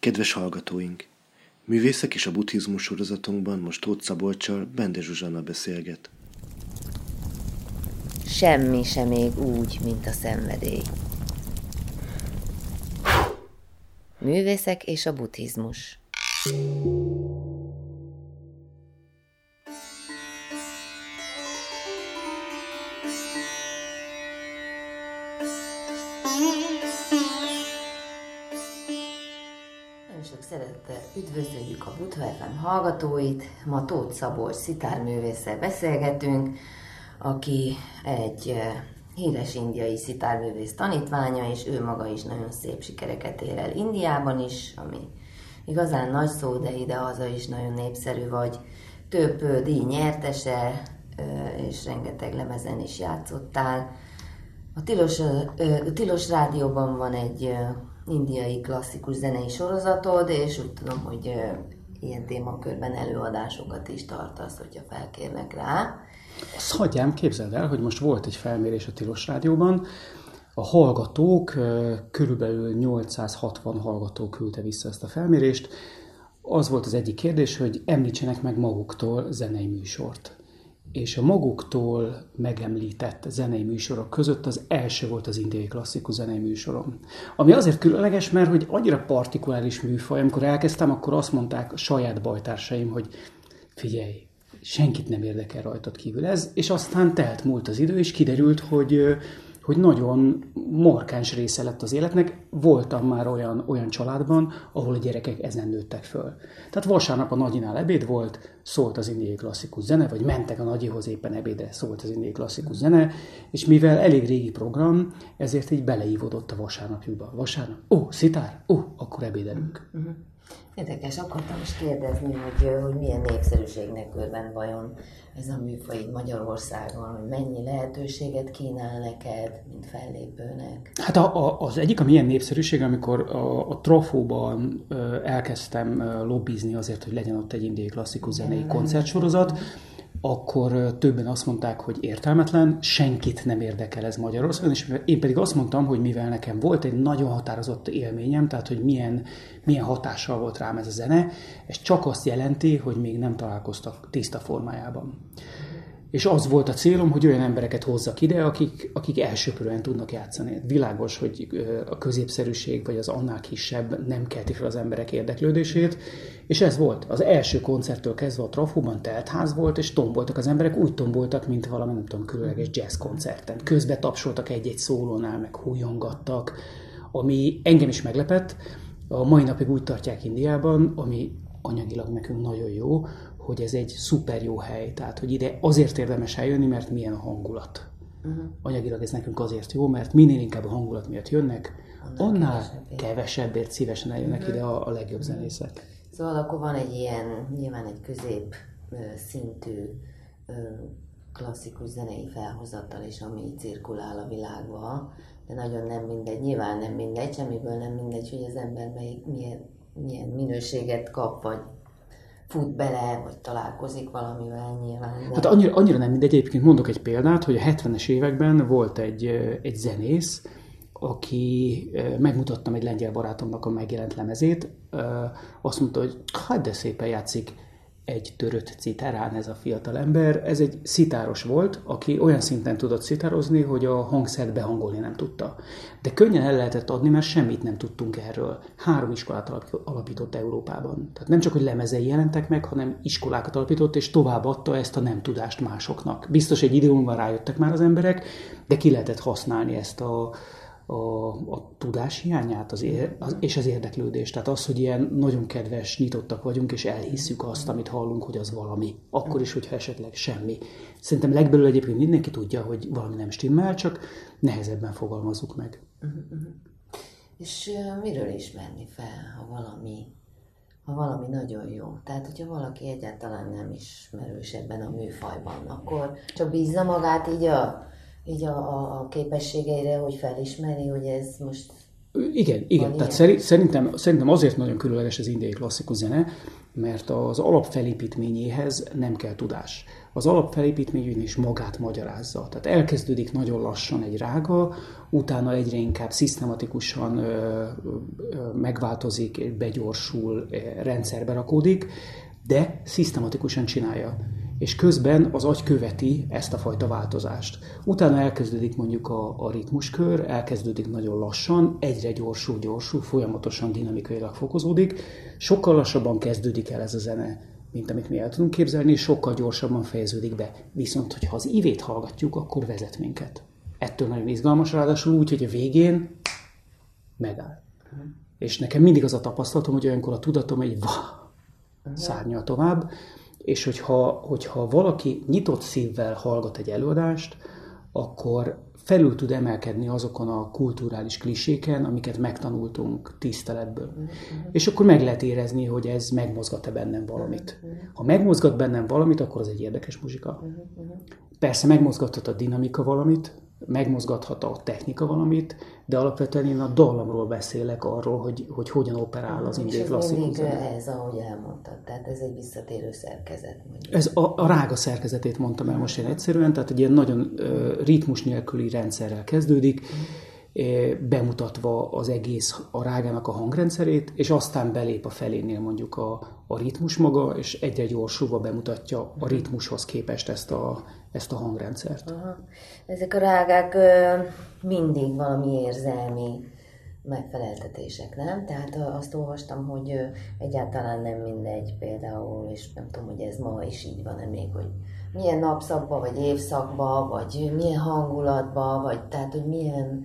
Kedves hallgatóink! Művészek és a buddhizmus sorozatunkban most Tóth Szabolccsal Bende Zsuzsanna beszélget. Semmi sem még úgy, mint a szenvedély. Művészek és a buddhizmus. Sok szeretettel üdvözöljük a Buddha FM hallgatóit. Ma Tóth Szabolcs szitárművésszel beszélgetünk, aki egy híres indiai szitárművész tanítványa, és ő maga is nagyon szép sikereket ér el Indiában is, ami igazán nagy szó, de ide-haza is nagyon népszerű vagy. Több díj nyertese, és rengeteg lemezen is játszottál. A Tilos Rádióban van egy indiai klasszikus zenei sorozatod, és úgy tudom, hogy ilyen témakörben előadásokat is tartasz, hogyha felkérnek rá. Azt hagyjám, képzeld el, hogy most volt egy felmérés a Tilos Rádióban. A hallgatók, körülbelül 860 hallgató küldte vissza ezt a felmérést. Az volt az egyik kérdés, hogy említsenek meg maguktól zenei műsort. És a maguktól megemlített zenei műsorok között az első volt az indiai klasszikus zenei műsorom. Ami azért különleges, mert hogy annyira partikuláris műfaj, amikor elkezdtem, akkor azt mondták a saját bajtársaim, hogy figyelj, senkit nem érdekel rajtad kívül ez, és aztán telt múlt az idő, és kiderült, hogy nagyon markáns része lett az életnek. Voltam már olyan családban, ahol a gyerekek ezen nőttek föl. Tehát vasárnap a nagyinál ebéd volt, szólt az indiai klasszikus zene, vagy mentek a nagyihoz éppen ebédre, szólt az indiai klasszikus zene, és mivel elég régi program, ezért így beleívódott a vasárnapjukba. Vasárnap, szitár, akkor ebédelünk. Érdekes, akartam is kérdezni, hogy milyen népszerűségnek örvend vajon ez a műfaj Magyarországon, hogy mennyi lehetőséget kínál neked, mint fellépőnek? Hát az egyik, ami ilyen népszerűség, amikor a Trafóban elkezdtem lobbizni azért, hogy legyen ott egy indiai klasszikus zenei koncertsorozat, akkor többen azt mondták, hogy értelmetlen, senkit nem érdekel ez Magyarországon, és én pedig azt mondtam, hogy mivel nekem volt egy nagyon határozott élményem, tehát hogy milyen hatással volt rám ez a zene, ez csak azt jelenti, hogy még nem találkoztak tiszta formájában. És az volt a célom, hogy olyan embereket hozzak ide, akik elsőprően tudnak játszani. Világos, hogy a középszerűség vagy az annál kisebb nem kelti fel az emberek érdeklődését, és ez volt. Az első koncerttől kezdve a Trafóban teltház volt, és tomboltak az emberek, úgy tomboltak, mint valami, nem tudom, különleges jazz koncerten. Közben tapsoltak egy-egy szólónál, meg hújongattak, ami engem is meglepett. A mai napig úgy tartják Indiában, ami anyagilag nekünk nagyon jó, hogy ez egy szuper jó hely, tehát hogy ide azért érdemes eljönni, mert milyen a hangulat. Anyagilag ez nekünk azért jó, mert minél inkább a hangulat miatt jönnek, annál kevesebbért szívesen eljönnek ide a legjobb zenészek. Szóval akkor van egy ilyen, nyilván egy közép szintű klasszikus zenei felhozatal is, ami cirkulál a világban, de nagyon nem mindegy, nyilván nem mindegy, semmiből nem mindegy, hogy az ember milyen minőséget kap, vagy fut bele, vagy találkozik valamivel nyilván. De... Hát annyira nem mindegy. Egyébként mondok egy példát, hogy a 70-es években volt egy zenész, aki megmutattam egy lengyel barátomnak a megjelent lemezét, azt mondta, hogy hát de szépen játszik egy törött citárán ez a fiatal ember. Ez egy szitáros volt, aki olyan szinten tudott szitározni, hogy a hangszert behangolni nem tudta. De könnyen el lehetett adni, mert semmit nem tudtunk erről. 3 iskolát alapított Európában. Tehát nem csak, hogy lemezei jelentek meg, hanem iskolákat alapított, és továbbadta ezt a nem tudást másoknak. Biztos egy idő múlva rájöttek már az emberek, de ki lehetett használni ezt a tudás hiányát és az érdeklődést. Tehát az, hogy ilyen nagyon kedves, nyitottak vagyunk, és elhisszük azt, amit hallunk, hogy az valami. Akkor is, hogyha esetleg semmi. Szerintem legbelül egyébként mindenki tudja, hogy valami nem stimmel, csak nehezebben fogalmazzuk meg. És miről ismerni fel, ha valami nagyon jó? Tehát, hogyha valaki egyáltalán nem ismerős ebben a műfajban, akkor csak bízza magát így a képességeire, hogy felismeri, hogy ez most Igen. Tehát szerintem azért nagyon különleges az indiai klasszikus zene, mert az alapfelépítményéhez nem kell tudás. Az alapfelépítmény is magát magyarázza. Tehát elkezdődik nagyon lassan egy rága, utána egyre inkább szisztematikusan megváltozik, begyorsul, rendszerbe rakódik, de szisztematikusan csinálja. És közben az agy követi ezt a fajta változást. Utána elkezdődik mondjuk a ritmuskör, elkezdődik nagyon lassan, egyre gyorsul, folyamatosan dinamikailag fokozódik, sokkal lassabban kezdődik el ez a zene, mint amit mi el tudunk képzelni, és sokkal gyorsabban fejeződik be. Viszont, hogyha az ívét hallgatjuk, akkor vezet minket. Ettől nagyon izgalmas, ráadásul úgy, hogy a végén megáll. És nekem mindig az a tapasztalatom, hogy olyankor a tudatom egy szárnyal tovább, és hogyha valaki nyitott szívvel hallgat egy előadást, akkor felül tud emelkedni azokon a kulturális kliséken, amiket megtanultunk tiszteletből. És akkor meg lehet érezni, hogy ez megmozgat-e bennem valamit. Ha megmozgat bennem valamit, akkor az egy érdekes muzsika. Persze megmozgathat a dinamika valamit, megmozgathat a technika valamit, de alapvetően én a dallamról beszélek, arról, hogy hogyan operál az indiai klasszikus zene. Ez, ahogy elmondtad, tehát ez egy visszatérő szerkezet. Mondjuk. Ez a rága szerkezetét mondtam el most én egyszerűen, tehát egy ilyen nagyon ritmus nélküli rendszerrel kezdődik, bemutatva az egész a rágának a hangrendszerét, és aztán belép a felénél mondjuk a ritmus maga, és egyre gyorsulva bemutatja a ritmushoz képest ezt a hangrendszert. Aha. Ezek a rágák mindig valami érzelmi megfeleltetések, nem? Tehát azt olvastam, hogy egyáltalán nem mindegy például, és nem tudom, hogy ez ma is így van-e még, hogy milyen napszakban, vagy évszakban, vagy milyen hangulatban, vagy tehát, hogy milyen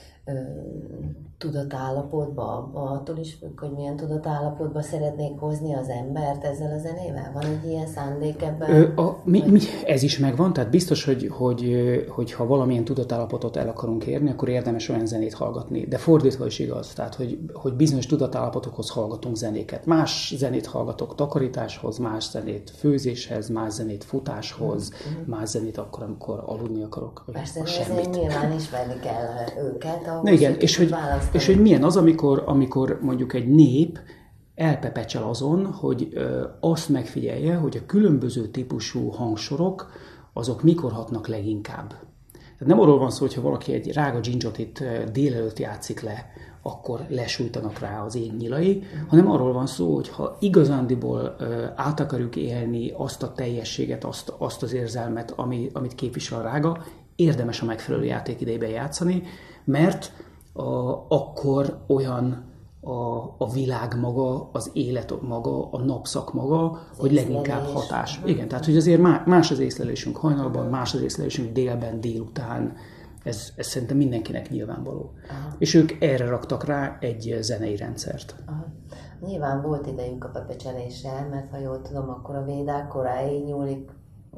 tudatállapotban, attól is függ, hogy milyen tudatállapotban szeretnék hozni az embert ezzel a zenével? Van egy ilyen szándék ebben? Ez is megvan, tehát biztos, hogy ha valamilyen tudatállapotot el akarunk érni, akkor érdemes olyan zenét hallgatni. De fordítva is igaz, tehát hogy bizonyos tudatállapotokhoz hallgatunk zenéket. Más zenét hallgatok takarításhoz, más zenét főzéshez, más zenét futáshoz, más zenét akkor, amikor aludni akarok. Persze, ezért nyilván ismerni kell őket, ahhoz, igen, és hogy milyen az, amikor mondjuk egy nép elpepecsel azon, hogy azt megfigyelje, hogy a különböző típusú hangsorok, azok mikor hatnak leginkább. Tehát nem arról van szó, hogyha valaki egy rága dzsindzsotit délelőtt játszik le, akkor lesújtanak rá az ég nyilai, hanem arról van szó, hogy ha igazándiból át akarjuk élni azt a teljességet, azt az érzelmet, amit képvisel a rága, érdemes a megfelelő játékidejében játszani, mert akkor olyan a világ maga, az élet maga, a napszak maga, hogy leginkább hatás. Igen, tehát hogy azért más az észlelésünk hajnalban, más az észlelésünk délben, délután, ez szerintem mindenkinek nyilvánvaló. Aha. És ők erre raktak rá egy zenei rendszert. Aha. Nyilván volt idejük a pepecselésre, mert ha jól tudom, akkor a védák koráig nyúlik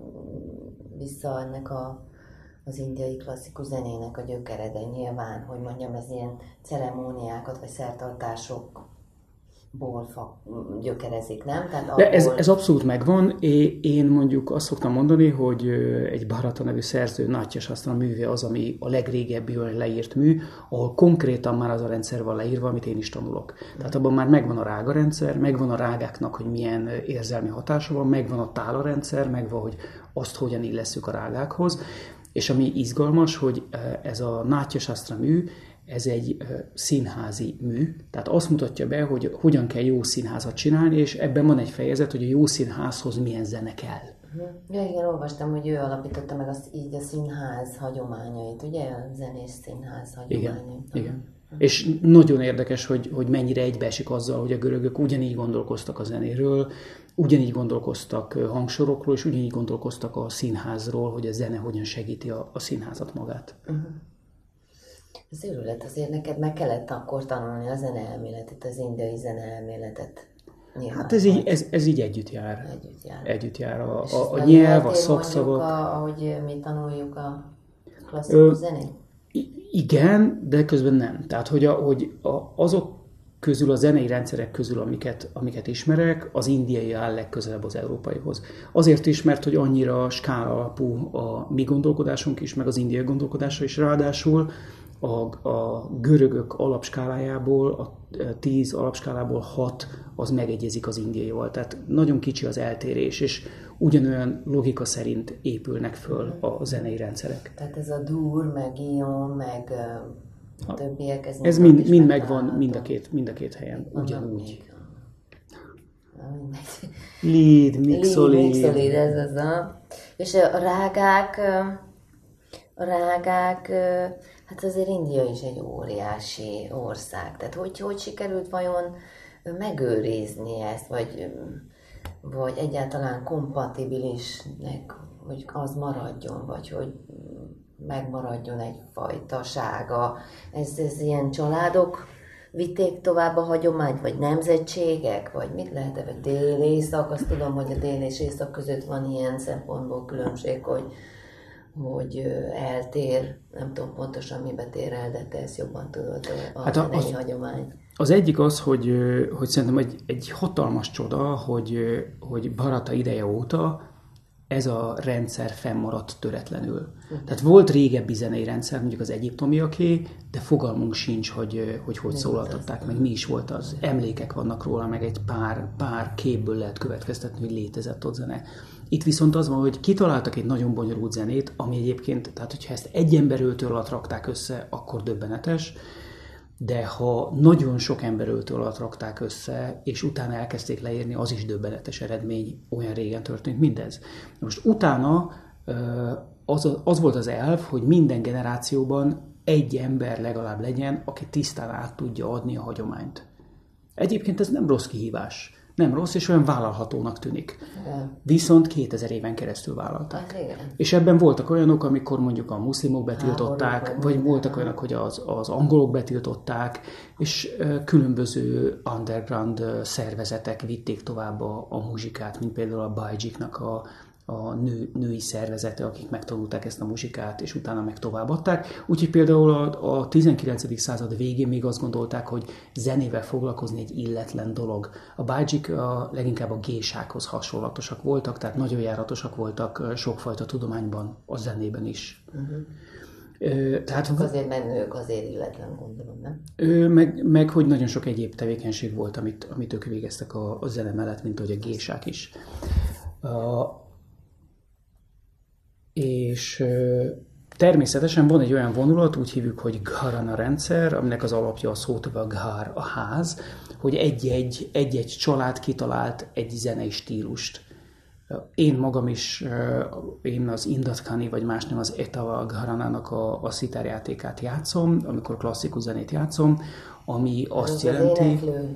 vissza ennek az indiai klasszikus zenének a gyökere, de nyilván, hogy mondjam, ez ilyen ceremóniákat vagy szertartásokból gyökerezik, nem? Tehát de ez abszolút megvan. Én mondjuk azt szoktam mondani, hogy egy Bharata nevű szerző, Natya Sastra műve az, ami a legrégebbi leírt mű, ahol konkrétan már az a rendszer van leírva, amit én is tanulok. Tehát abban már megvan a rága rendszer, megvan a rágáknak, hogy milyen érzelmi hatása van, megvan a tála rendszer, megvan, hogy azt hogyan illesszük a rágákhoz. És ami izgalmas, hogy ez a Natya Sastra mű, ez egy színházi mű, tehát azt mutatja be, hogy hogyan kell jó színházat csinálni, és ebben van egy fejezet, hogy a jó színházhoz milyen zene kell. Ja, igen, olvastam, hogy ő alapította meg így a színház hagyományait, ugye? A zenés színház hagyományait. Igen. És nagyon érdekes, hogy mennyire egybeesik azzal, hogy a görögök ugyanígy gondolkoztak a zenéről, ugyanígy gondolkoztak hangsorokról, és ugyanígy gondolkoztak a színházról, hogy a zene hogyan segíti a színházat magát. Ez őrület, azért neked meg kellett akkor tanulni a zeneelméletet, az indiai zeneelméletet. Nyilván, hát ez így együtt jár. Együtt jár a nyelv, a szakszavak. Ahogy mi tanuljuk a klasszikus zenét? Igen, de közben nem. Tehát, hogy azok közül, a zenei rendszerek közül, amiket ismerek, az indiai áll legközelebb az európaihoz. Azért is, mert hogy annyira skála alapú a mi gondolkodásunk is, meg az indiai gondolkodása is, ráadásul a görögök alapskálájából, a 10 alapskálából 6 az megegyezik az indiaival. Tehát nagyon kicsi az eltérés, és ugyanolyan logika szerint épülnek föl a zenei rendszerek. Tehát ez a dur, meg ion, meg a többiek, ez mind megvan mind a két helyen, ugyanúgy. Lead, mixolid, ez az a... És a rágák, hát azért India is egy óriási ország. Tehát hogy sikerült vajon megőrizni ezt, vagy egyáltalán kompatibilisnek, hogy az maradjon, vagy hogy megmaradjon egyfajta sága. Ez ilyen családok vitték tovább a hagyományt, vagy nemzetségek, vagy mit lehet, vagy dél-észak? Azt tudom, hogy a dél és észak között van ilyen szempontból különbség, hogy eltér, nem tudom pontosan mibe tér el, de te ezt jobban tudod, a zenei hagyomány. Az egyik az, hogy szerintem egy hatalmas csoda, hogy Bharata ideje óta ez a rendszer fennmaradt töretlenül. Tehát volt régebbi zenei rendszer, mondjuk az egyiptomiaké, de fogalmunk sincs, hogy szólaltatták meg, mi is volt az. Emlékek vannak róla, meg egy pár képből lehet következtetni, hogy létezett ott zene. Itt viszont az van, hogy kitaláltak egy nagyon bonyolult zenét, ami egyébként, tehát hogyha ezt egy emberöltő alatt rakták össze, akkor döbbenetes, de ha nagyon sok emberöltő alatt rakták össze, és utána elkezdték leírni, az is döbbenetes eredmény, olyan régen történt mindez. Most utána az volt az elv, hogy minden generációban egy ember legalább legyen, aki tisztán át tudja adni a hagyományt. Egyébként ez nem rossz kihívás. Nem rossz, és olyan vállalhatónak tűnik. Viszont 2000 éven keresztül vállalták. És ebben voltak olyanok, amikor mondjuk a muszlimok betiltották, vagy voltak olyanok, hogy az angolok betiltották, és különböző underground szervezetek vitték tovább a muzsikát, mint például a Bajiknak a női szervezete, akik megtanulták ezt a muzsikát, és utána meg továbbadták. Úgyhogy például a 19. század végén még azt gondolták, hogy zenével foglalkozni egy illetlen dolog. A Bajik leginkább a gésákhoz hasonlatosak voltak, tehát nagyon járatosak voltak sokfajta tudományban, a zenében is. Tehát azért, mert nők azért illetlen, gondolom, nem? Meg hogy nagyon sok egyéb tevékenység volt, amit ők végeztek a zene mellett, mint ahogy a gésák is. És természetesen van egy olyan vonulat, úgy hívjuk, hogy Gharana rendszer, aminek az alapja a szótava Ghar, a ház, hogy egy-egy család kitalált egy zenei stílust. Én magam is, én az Indatkani, vagy más nem az Etava Gharanának a szitárjátékát játszom, amikor klasszikus zenét játszom, ami azt jelenti...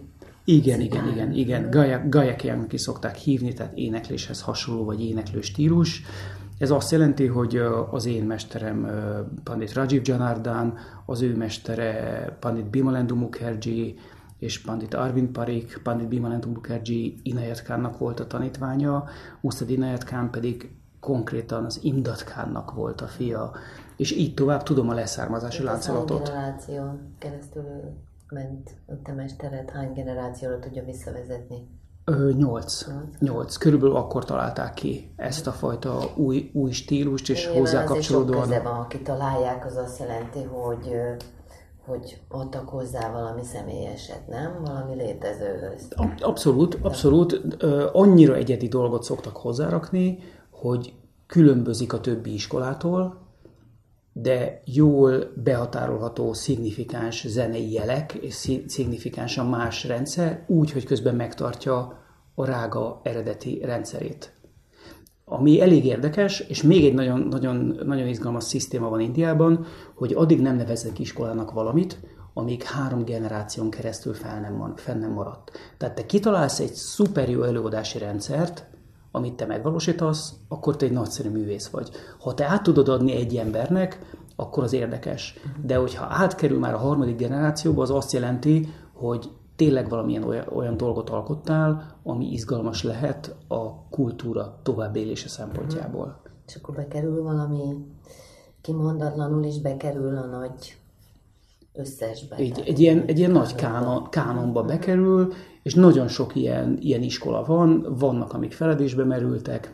Igen. Gayakiának is szokták hívni, tehát énekléshez hasonló, vagy éneklő stílus. Ez azt jelenti, hogy az én mesterem Pandit Rajiv Janardhan, az ő mestere Pandit Bimalendu Mukherjee és Pandit Arvind Parikh, Pandit Bimalendu Mukherjee Inayat Khannak volt a tanítványa, Ustad Inayat Khan pedig konkrétan az Imdad Khannak volt a fia, és így tovább tudom a leszármazási láncolatot. Hány generáción keresztül ment a te mestered, hány generációra tudja visszavezetni? 8. Körülbelül akkor találták ki ezt a fajta új stílust, és hozzá kapcsolódóan... Sok köze van, aki találják, az azt jelenti, hogy adtak hozzá valami személyeset, nem? Valami létezőhöz. Abszolút. Annyira egyedi dolgot szoktak hozzárakni, hogy különbözik a többi iskolától, de jól behatárolható, szignifikáns zenei jelek, és szignifikánsan más rendszer, úgy, hogy közben megtartja a rága eredeti rendszerét. Ami elég érdekes, és még egy nagyon izgalmas szisztéma van Indiában, hogy addig nem neveznek iskolának valamit, amíg 3 generáción keresztül fenn nem maradt. Tehát te kitalálsz egy szuper jó előadási rendszert, amit te megvalósítasz, akkor te egy nagyszerű művész vagy. Ha te át tudod adni egy embernek, akkor az érdekes. De hogyha átkerül már a 3. generációba, az azt jelenti, hogy tényleg valamilyen olyan dolgot alkottál, ami izgalmas lehet a kultúra továbbélése szempontjából. És akkor bekerül valami, kimondatlanul is bekerül a nagy összesbe. Egy ilyen nagy kánonba bekerül, és nagyon sok ilyen iskola vannak, amik feledésbe merültek,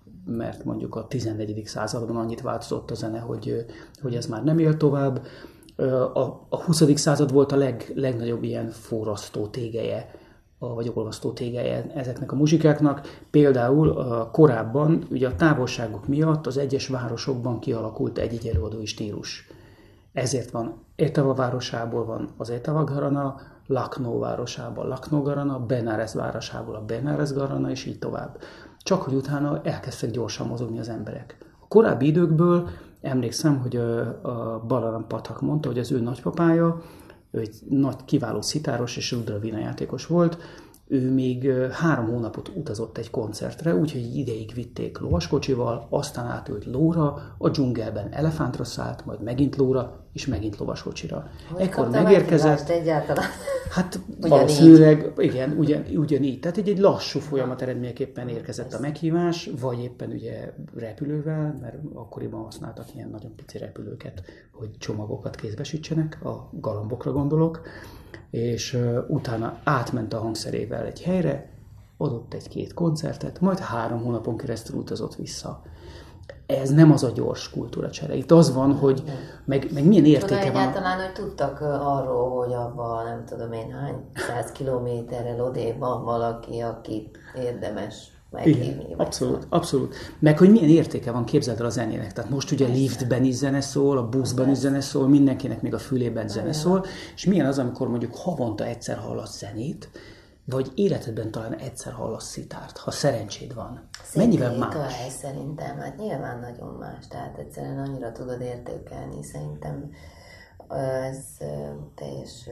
mert mondjuk a 14. században annyit változott a zene, hogy ez már nem él tovább. A 20. század volt a legnagyobb ilyen forrasztó tégeje, vagy olvasztó tégeje ezeknek a muzsikáknak. Például korábban, ugye a távolságok miatt az egyes városokban kialakult egy előadói stílus. Ezért van Etava városából van az Etava Gharana, Lucknow városában Lucknow Gharana, Benares városából a Benares Gharana, és így tovább. Csak hogy utána elkezdtek gyorsan mozogni az emberek. A korábbi időkből emlékszem, hogy a Balaram Pathak mondta, hogy az ő nagypapája, ő egy nagy kiváló szitáros és rudravina játékos volt, ő még 3 hónapot utazott egy koncertre, úgyhogy ideig vitték lovaskocsival, aztán átült lóra, a dzsungelben elefántra szállt, majd megint lóra, és megint lovaskocsira. Ekkor megérkezett. Egyáltalán? Hát valószínűleg, igen, ugyanígy. Tehát egy lassú folyamat eredményeképpen érkezett a meghívás, vagy éppen ugye repülővel, mert akkoriban használtak ilyen nagyon pici repülőket, hogy csomagokat kézbesítsenek, a galambokra gondolok, és utána átment a hangszerével egy helyre, adott 1-2 koncertet, majd 3 hónapon keresztül utazott vissza. Ez nem az a gyors kultúracsere. Itt az van, hogy meg milyen értéke van. Egyáltalán, hogy tudtak arról, hogy abban nem tudom én hány 100 kilométerrel odébb van valaki, aki érdemes meghívni. Igen, abszolút. Meg hogy milyen értéke van, képzeld el a zenének. Tehát most ugye liftben is zene szól, a buszban is zene szól, mindenkinek még a fülében zene szól, és milyen az, amikor mondjuk havonta egyszer hallasz zenét, vagy életedben talán egyszer hallasz szitárt, ha szerencséd van. Mennyivel más? Szerintem, hát nyilván nagyon más, tehát egyszerűen annyira tudod értékelni, szerintem ez teljes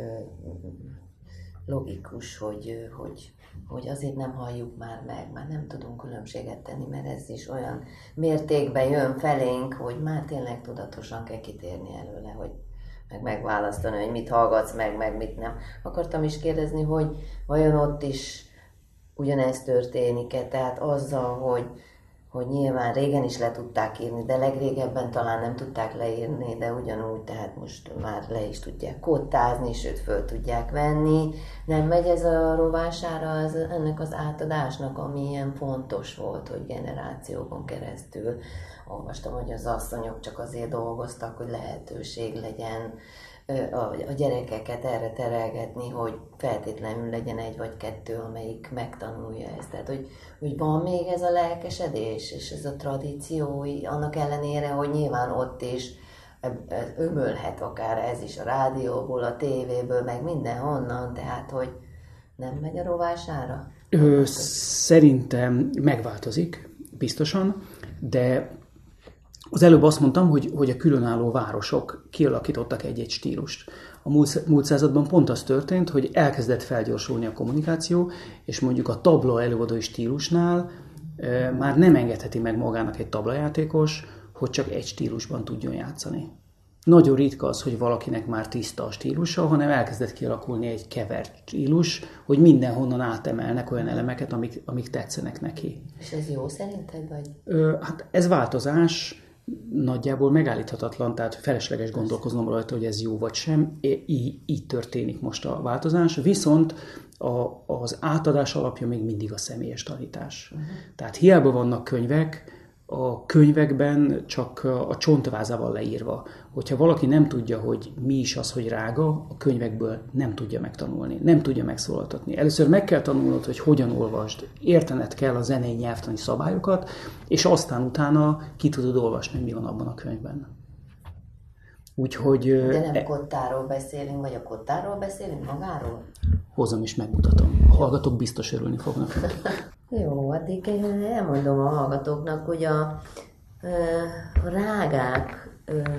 logikus, hogy azért nem halljuk már nem tudunk különbséget tenni, mert ez is olyan mértékben jön felénk, hogy már tényleg tudatosan kell kitérni előle, hogy megválasztani, hogy mit hallgatsz meg mit nem. Akartam is kérdezni, hogy vajon ott is ugyanezt történik-e, tehát azzal, hogy nyilván régen is le tudták írni, de legrégebben talán nem tudták leírni, de ugyanúgy, tehát most már le is tudják kottázni, sőt föl tudják venni. Nem megy ez a rovására ennek az átadásnak, ami ilyen fontos volt, hogy generációkon keresztül. Olvastam, hogy az asszonyok csak azért dolgoztak, hogy lehetőség legyen a gyerekeket erre terelgetni, hogy feltétlenül legyen 1 vagy 2, amelyik megtanulja ezt. Tehát, hogy van még ez a lelkesedés, és ez a tradíció, annak ellenére, hogy nyilván ott is ömölhet akár ez is a rádióból, a tévéből, meg mindenhonnan, tehát, hogy nem megy a rovására? Szerintem megváltozik, biztosan, de az előbb azt mondtam, hogy a különálló városok kialakítottak egy-egy stílust. A múlt században pont az történt, hogy elkezdett felgyorsulni a kommunikáció, és mondjuk a tabla előadói stílusnál már nem engedheti meg magának egy tablajátékos, hogy csak egy stílusban tudjon játszani. Nagyon ritka az, hogy valakinek már tiszta a stílusa, hanem elkezdett kialakulni egy kevert stílus, hogy mindenhonnan átemelnek olyan elemeket, amik tetszenek neki. És ez jó szerinted, vagy? Hát ez változás, nagyjából megállíthatatlan, tehát felesleges gondolkoznom rajta, hogy ez jó vagy sem. Így történik most a változás, viszont az átadás alapja még mindig a személyes tanítás. Tehát hiába vannak könyvek, a könyvekben csak a csontvázával leírva. Hogyha valaki nem tudja, hogy mi is az, hogy rága, a könyvekből nem tudja megtanulni, nem tudja megszólaltatni. Először meg kell tanulnod, hogy hogyan olvasd, értened kell a zenei nyelvtani szabályokat, és aztán utána ki tudod olvasni, mi van abban a könyvben. Úgyhogy... De nem kottáról beszélünk, vagy a kottáról beszélünk magáról? Hozom és megmutatom. A hallgatók biztos örülni fognak. Jó, addig én elmondom a hallgatóknak, hogy a rágák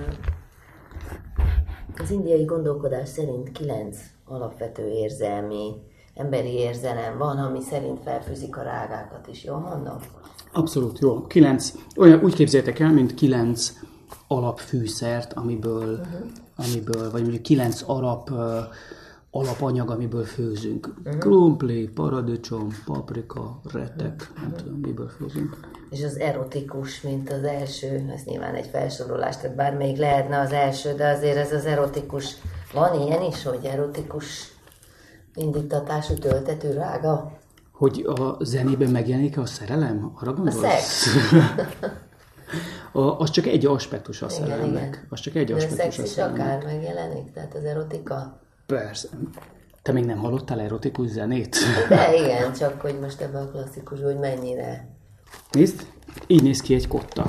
az indiai gondolkodás szerint 9 alapvető érzelmi, emberi érzelem van, ami szerint felfűzik a rágákat is. Jól mondom? Abszolút jó. 9, olyan úgy képzeljétek el, mint 9 alapfűszert, amiből vagy mondjuk 9 alapanyag, amiből főzünk. Krumpli, paradicsom, paprika, retek, nem tudom, miből főzünk. És az erotikus, mint az első, ez nyilván egy felsorolás, tehát bármelyik lehetne az első, de azért ez az erotikus, van ilyen is, hogy erotikus indítatású töltető rága? Hogy a zenében megjelenik a szerelem? Arra gondolsz? A szex. Az csak egy aspektus a Igen, szerelemnek. igen. Az csak egy De aspektus a szex is szerelemnek. akár megjelenik, tehát az erotika? Persze. Te még nem hallottál erotikus zenét? De igen, csak hogy most ebben a klasszikus, hogy mennyire. Nézd, így néz ki egy kotta.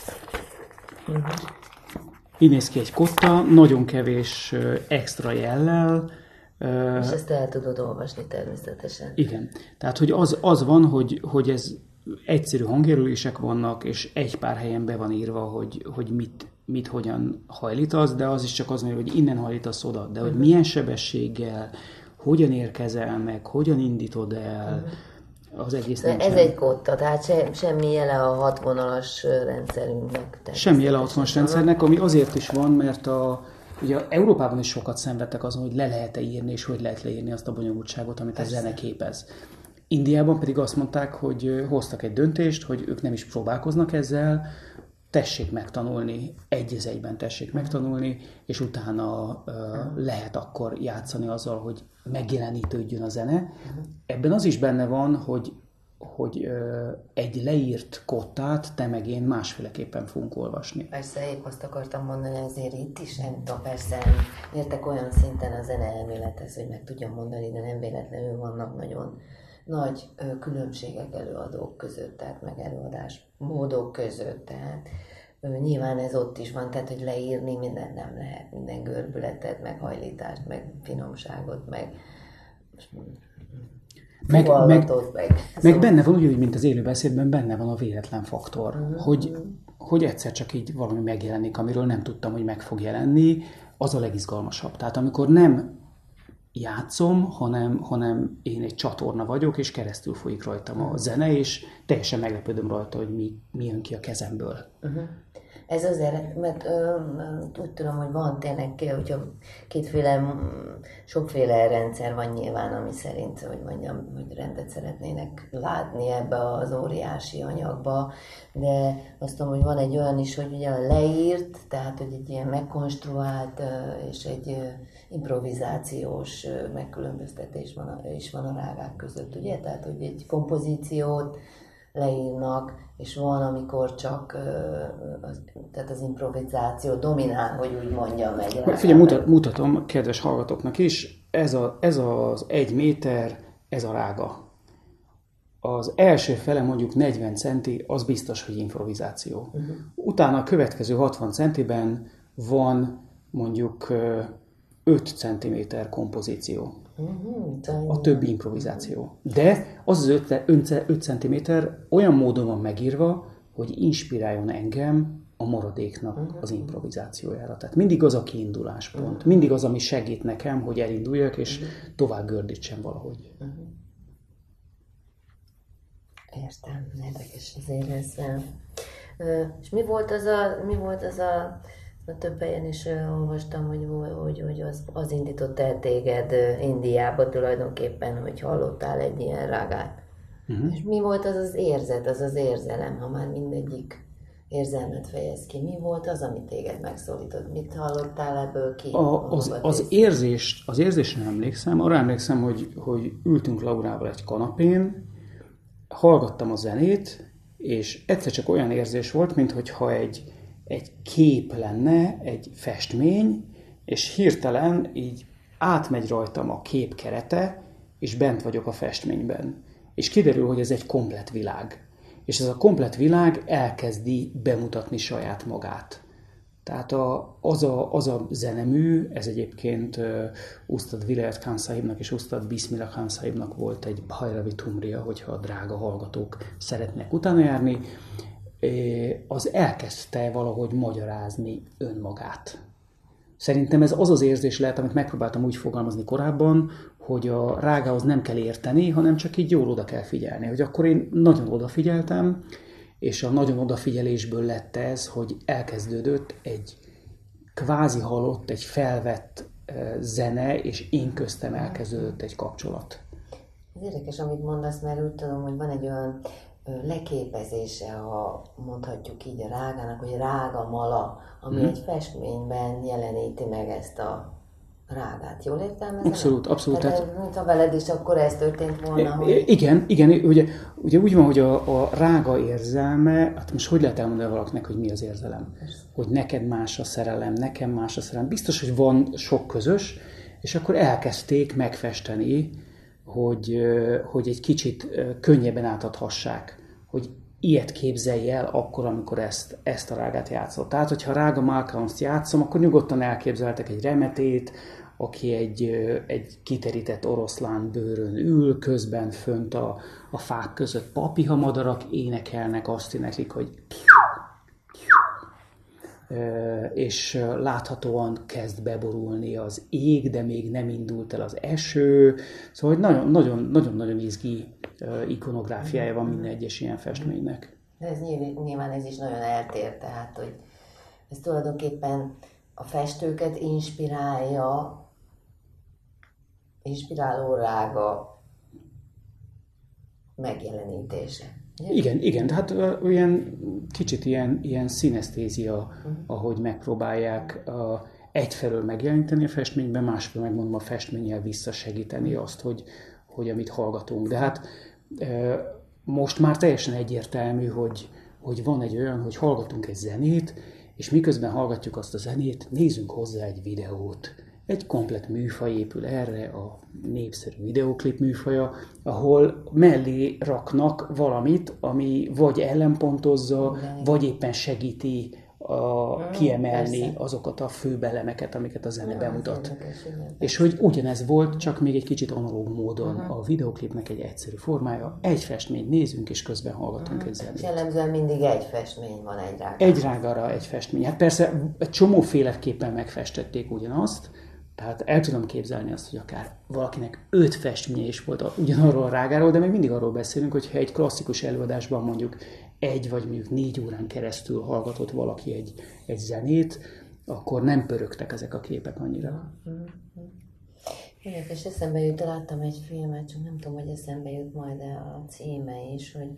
Így néz ki egy kotta, nagyon kevés extra jellel. És ezt el tudod olvasni természetesen. Igen. Tehát, hogy az van, hogy ez egyszerű hangjelölések vannak, és egy pár helyen be van írva, hogy mit hogyan hajlítasz, de az is csak az mondja, hogy innen hajlítasz oda, de hogy milyen sebességgel, hogyan érkezel meg, hogyan indítod el, az egész de ez egy kotta, tehát semmi jele a 6 vonalas rendszerünknek. Semmi jele a 60-as rendszernek, ami azért is van, mert ugye Európában is sokat szenvedtek azon, hogy le lehet-e írni, és hogy lehet leírni azt a bonyolultságot, amit a zene képez. Indiában pedig azt mondták, hogy hoztak egy döntést, hogy ők nem is próbálkoznak ezzel, tessék megtanulni, egy az egyben tessék megtanulni, és utána lehet akkor játszani azzal, hogy megjelenítődjön a zene. Ebben az is benne van, hogy egy leírt kottát te meg én másféleképpen fogunk olvasni. Persze, épp azt akartam mondani, ezért itt is nem tudom, persze értek olyan szinten a zene elmélethez, hogy meg tudjam mondani, de nem véletlenül vannak nagyon nagy különbségek előadók között, tehát meg előadás módok között, tehát nyilván ez ott is van, tehát hogy leírni mindent nem lehet, minden görbületet, meg hajlítást, meg finomságot, meg meg benne van úgy, mint az élőbeszédben benne van a véletlen faktor, hogy egyszer csak így valami megjelenik, amiről nem tudtam, hogy meg fog jelenni, az a legizgalmasabb. Tehát amikor nem játszom, hanem én egy csatorna vagyok, és keresztül folyik rajtam a zene, és teljesen meglepődöm rajta, hogy mi jön ki a kezemből. Ez azért, mert úgy tudom, hogy van tényleg, hogyha sokféle rendszer van nyilván, ami szerint, hogy mondjam, hogy rendet szeretnének látni ebbe az óriási anyagba, de azt tudom, hogy van egy olyan is, hogy ugye leírt, tehát hogy egy ilyen megkonstruált és egy improvizációs megkülönböztetés is van a rágák között, ugye? Tehát, hogy egy kompozíciót leírnak, és van, amikor csak tehát az improvizáció dominál, hogy úgy mondjam egy. Figyelj, mutatom kedves hallgatóknak is, ez az 1 méter, ez a rága. Az első fele mondjuk 40 centi, az biztos, hogy improvizáció. Utána a következő 60 centiben van mondjuk 5 centiméter kompozíció. A többi improvizáció. De az 5 centiméter olyan módon van megírva, hogy inspiráljon engem a maradéknak az improvizációjára. Tehát mindig az a kiinduláspont, mindig az, ami segít nekem, hogy elinduljak, és tovább gördítsem valahogy. Értem, érdekes azért ez. És mi volt az a több helyen is olvastam, hogy az indított el téged Indiába tulajdonképpen, hogy hallottál egy ilyen rágát. És mi volt az érzet, az érzelem, ha már mindegyik érzelmet fejez ki? Mi volt az, ami téged megszólított? Mit hallottál ebből ki? Az érzésre emlékszem, arra emlékszem, hogy ültünk Laurával egy kanapén, hallgattam a zenét, és egyszer csak olyan érzés volt, minthogyha egy kép lenne, egy festmény, és hirtelen így átmegy rajtam a kép kerete, és bent vagyok a festményben. És kiderül, hogy ez egy komplett világ. És ez a komplett világ elkezdi bemutatni saját magát. Tehát az a zenemű, ez egyébként Ustad Vilayat Khan Sahibnak és Ustad Bismillah Khan Sahibnak volt egy Bhairavi Tumria, hogyha a drága hallgatók szeretnek utána járni, az elkezdte valahogy magyarázni önmagát. Szerintem ez az érzés lehet, amit megpróbáltam úgy fogalmazni korábban, hogy a rágához nem kell érteni, hanem csak így jól oda kell figyelni. Hogy akkor én nagyon odafigyeltem, és a nagyon odafigyelésből lett ez, hogy elkezdődött egy kvázi halott, egy felvett zene, és én köztem elkezdődött egy kapcsolat. Ez érdekes, amit mondasz, mert úgy tudom, hogy van egy olyan leképezése, ha mondhatjuk így a rágának, hogy rága mala, ami egy festményben jeleníti meg ezt a rágát. Jól értelmezem? Abszolút. Tehát, mint ha veled is akkor ez történt volna, hogy... Igen, ugye úgy van, hogy a rága érzelme, hát most hogy lehet elmondani valakinek, hogy mi az érzelem? Hogy neked más a szerelem, nekem más a szerelem. Biztos, hogy van sok közös, és akkor elkezdték megfesteni, hogy egy kicsit könnyebben átadhassák, hogy ilyet képzelj el akkor, amikor ezt a rágát játszol. Tehát, hogyha Rága Malcolm-t játszom, akkor nyugodtan elképzeltek egy remetét, aki egy kiterített oroszlán bőrön ül, közben fönt a fák között papihamadarak énekelnek, azt éneklik, hogy és láthatóan kezd beborulni az ég, de még nem indult el az eső. Szóval nagyon izgi ikonográfiája van minden egyes ilyen festménynek. De ez nyilván ez is nagyon eltér, tehát, hogy ez tulajdonképpen a festőket inspiráló rága megjelenítése. Igen, tehát olyan kicsit ilyen szinesztézia, ahogy megpróbálják egyfelől megjeleníteni a festményben, másfelől megmondom a festménnyel visszasegíteni azt, hogy amit hallgatunk. De hát most már teljesen egyértelmű, hogy van egy olyan, hogy hallgatunk egy zenét, és miközben hallgatjuk azt a zenét, nézzünk hozzá egy videót. Egy komplett műfaj épül erre, a népszerű videóklip műfaja, ahol mellé raknak valamit, ami vagy ellenpontozza, vagy éppen segíti kiemelni azokat a főbb elemeket, amiket a zene bemutat. És hogy ugyanez volt, csak még egy kicsit analóg módon a videóklipnek egy egyszerű formája. Egy festményt nézünk, és közben hallgatunk egy zenét. Jellemzően mindig egy festmény van egy rágára. Egy rágára egy festmény. Hát persze egy csomóféleképpen megfestették ugyanazt, tehát el tudom képzelni azt, hogy akár valakinek 5 festménye is volt ugyanarról a rágáról, de még mindig arról beszélünk, hogy ha egy klasszikus előadásban mondjuk 1 vagy mondjuk 4 órán keresztül hallgatott valaki egy zenét, akkor nem pörögtek ezek a képek annyira. És eszembe jut, láttam egy filmet, csak nem tudom, hogy eszembe jut majd a címe is, hogy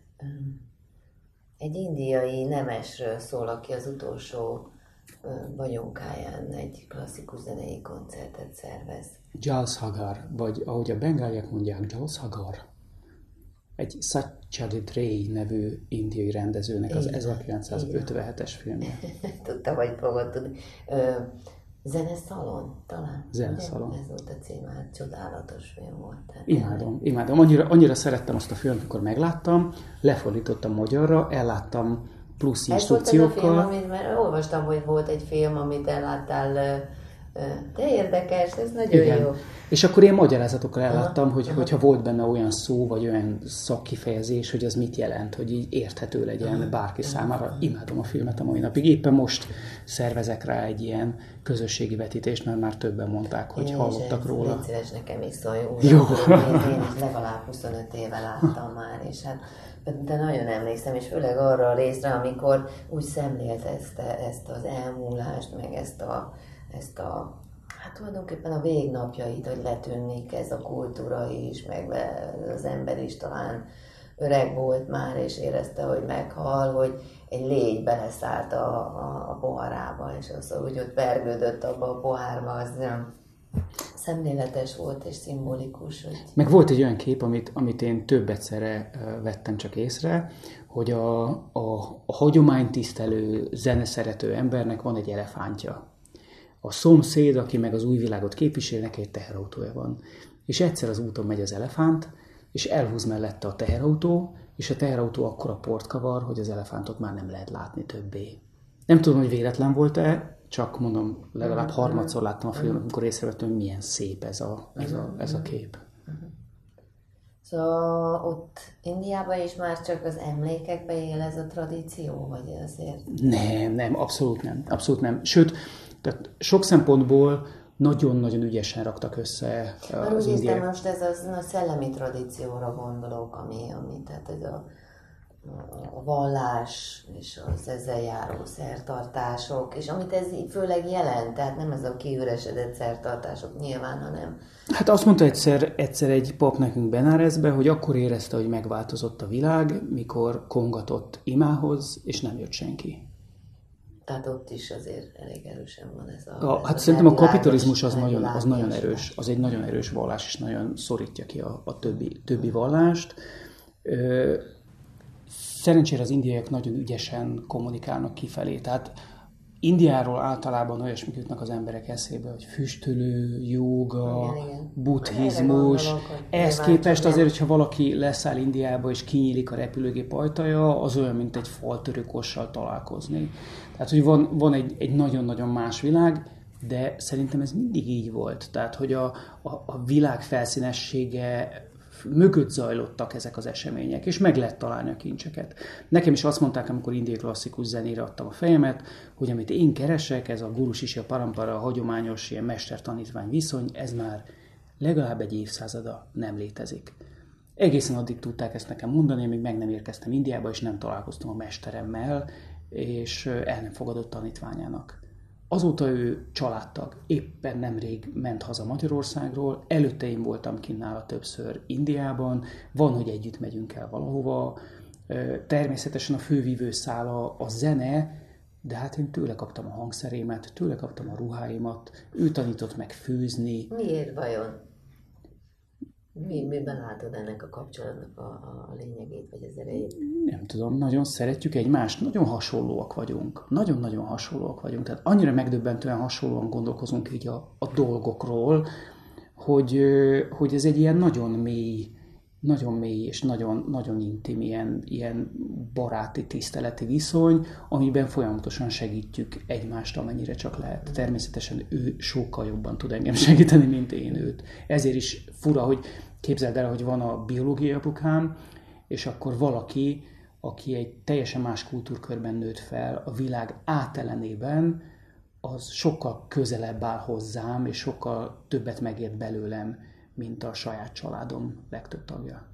egy indiai nemesről szól, aki az utolsó vagyonkáján egy klasszikus zenei koncertet szervez. Jules Hagar, vagy ahogy a bengáliak mondják, Jules Hagar. Egy Satyajit Ray nevű indiai rendezőnek az 1957-es filmje. Tudtam, hogy fogod tudni. Zeneszalon, talán? Zeneszalon. Ez volt a címe, hát csodálatos film volt. Imádom. Annyira szerettem azt a filmet, amikor megláttam, lefordítottam magyarra, elláttam plusz instrukciókkal. Ez volt az a film, mert olvastam, hogy volt egy film, amit elláttál, de érdekes, ez nagyon jó. És akkor én magyarázatokkal elláttam, hogyha volt benne olyan szó, vagy olyan szakkifejezés, hogy az mit jelent, hogy így érthető legyen bárki számára. Imádom a filmet a mai napig. Éppen most szervezek rá egy ilyen közösségi vetítést, mert már többen mondták, hogy hallottak róla. Légy szíves, nekem is szólj. Jó. Én is legalább 25 éve láttam már, és hát de nagyon emlékszem, és főleg arra a részre, amikor úgy szemlélt ezt az elmúlást, meg ezt a hát tulajdonképpen a végnapjait, hogy letűnik ez a kultúra is, meg az ember is talán öreg volt már, és érezte, hogy meghal, hogy egy légy beleszállt a poharába, és az úgy ott vergődött abba a pohárba, az nem szemléletes volt és szimbolikus. Hogy... Meg volt egy olyan kép, amit én több egyszerre vettem csak észre, hogy a hagyománytisztelő, zeneszerető embernek van egy elefántja. A szomszéd, aki meg az új világot képvisel, neki egy teherautója van. És egyszer az úton megy az elefánt, és elhúz mellette a teherautó, és a teherautó akkora port kavar, hogy az elefántot már nem lehet látni többé. Nem tudom, hogy véletlen volt-e, csak mondom, legalább harmadszor láttam a filmet, amikor észrevettem, hogy milyen szép ez a kép. Szóval ott Indiában is már csak az emlékekbe él ez a tradíció, vagy azért? Nem, abszolút nem. Sőt, tehát sok szempontból nagyon-nagyon ügyesen raktak össze az indiák. Úgy most ez a szellemi tradícióra gondolok, ami tehát ez a vallás és az ezzel járó szertartások, és amit ez főleg jelent, tehát nem ez a kiüresedett szertartások nyilván, hanem... Hát azt mondta egyszer egy pap nekünk Benárezbe, hogy akkor érezte, hogy megváltozott a világ, mikor kongatott imához, és nem jött senki. Tehát ott is azért elég erősen van ez Hát szerintem a kapitalizmus az nagyon erős, az egy nagyon erős vallás, és nagyon szorítja ki a többi vallást. Szerencsére az indiaiak nagyon ügyesen kommunikálnak kifelé, tehát Indiáról általában olyasmik jutnak az emberek eszébe, hogy füstölő, jóga, buddhizmus. Ehhez képest azért, hogyha valaki leszáll Indiába és kinyílik a repülőgép ajtaja, az olyan, mint egy faltörőkossal találkozni. Tehát, hogy van egy nagyon-nagyon más világ, de szerintem ez mindig így volt. Tehát, hogy a világ felszínessége mögött zajlottak ezek az események, és meg lehet találni a kincseket. Nekem is azt mondták, amikor indiai klasszikus zenére adtam a fejemet, hogy amit én keresek, ez a Guru Sisya Parampara, a hagyományos ilyen mester-tanítvány viszony, ez már legalább egy évszázada nem létezik. Egészen addig tudták ezt nekem mondani, amíg meg nem érkeztem Indiába, és nem találkoztam a mesteremmel, és el nem fogadott tanítványának. Azóta ő családtag, éppen nemrég ment haza Magyarországról, előtte én voltam kint nála többször Indiában, van, hogy együtt megyünk el valahova, természetesen a fővívő szála a zene, de hát én tőle kaptam a hangszerémet, tőle kaptam a ruháimat, ő tanított meg főzni. Miért vajon? Miben látod ennek a kapcsolatnak a lényegét, vagy az erejét? Nem tudom, nagyon szeretjük egymást, nagyon hasonlóak vagyunk. Nagyon-nagyon hasonlóak vagyunk. Tehát annyira megdöbbentően hasonlóan gondolkozunk így a dolgokról, hogy ez egy ilyen nagyon mély és nagyon intim, ilyen baráti, tiszteleti viszony, amiben folyamatosan segítjük egymást, amennyire csak lehet. Természetesen ő sokkal jobban tud engem segíteni, mint én őt. Ezért is fura, hogy képzeld el, hogy van a biológiai apukám, és akkor valaki, aki egy teljesen más kultúrkörben nőtt fel, a világ átelenében, az sokkal közelebb áll hozzám, és sokkal többet megért belőlem, mint a saját családom legtöbb tagja.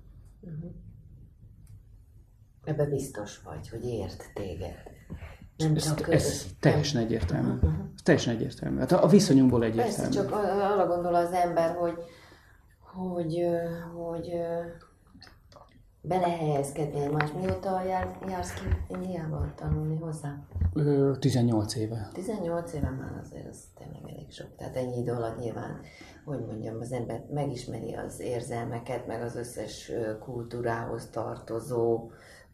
Ebben biztos vagy, hogy ért téged. Ez teljesen egyértelmű. Teljesen egyértelmű. Hát a viszonyunkból egyértelmű. Persze, csak arra gondol az ember, hogy belehelyezkedni más. Mióta jársz ki Indiába tanulni hozzá? 18 éve. 18 éve már azért az tényleg elég sok. Tehát ennyi idő alatt nyilván, hogy mondjam, az ember megismeri az érzelmeket, meg az összes kultúrához tartozó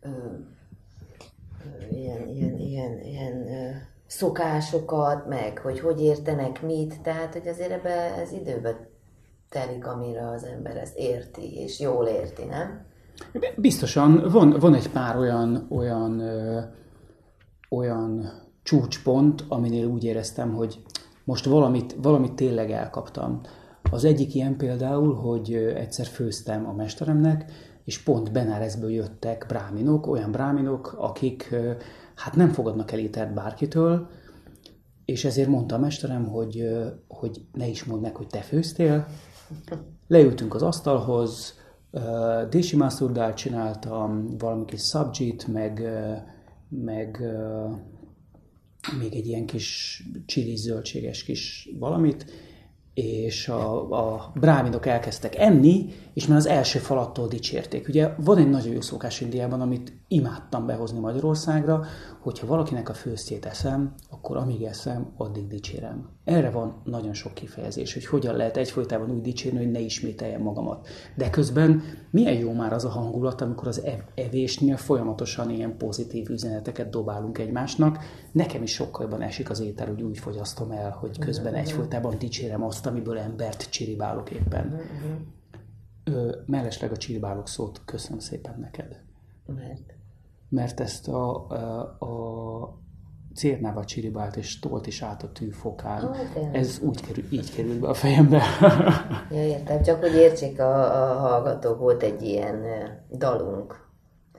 ilyen szokásokat, meg hogy értenek mit. Tehát, hogy azért ebbe ez időbe telik, amire az ember ezt érti, és jól érti, nem? Biztosan van egy pár olyan csúcspont, aminél úgy éreztem, hogy most valamit tényleg elkaptam. Az egyik ilyen például, hogy egyszer főztem a mesteremnek, és pont Benárezből jöttek bráminok, olyan bráminok, akik hát nem fogadnak el ételt bárkitől, és ezért mondta a mesterem, hogy ne is mondd meg, hogy te főztél. Leültünk az asztalhoz, dési mászurdát csináltam, valami kis szabdzsit, meg még egy ilyen kis csili zöldséges kis valamit, és a bráminok elkezdtek enni, és már az első falattól dicsérték. Ugye van egy nagyon jó szokás Indiában, amit imádtam behozni Magyarországra, hogyha valakinek a főztjét eszem, akkor amíg eszem, addig dicsérem. Erre van nagyon sok kifejezés, hogy hogyan lehet egyfolytában úgy dicsérni, hogy ne ismételjem magamat. De közben milyen jó már az a hangulat, amikor az evésnél folyamatosan ilyen pozitív üzeneteket dobálunk egymásnak. Nekem is sokkal jobban esik az étel, hogy úgy fogyasztom el, hogy közben egyfolytában dicsérem azt, amiből embert csiribálok éppen. Mellesleg a csiribálok szót köszönöm szépen neked. Mert ezt a cérnába csiribált és tolt is át a tűfokán. Ez így került be a fejembe. Ja, értem, csak hogy értsék a hallgatók, volt egy ilyen dalunk,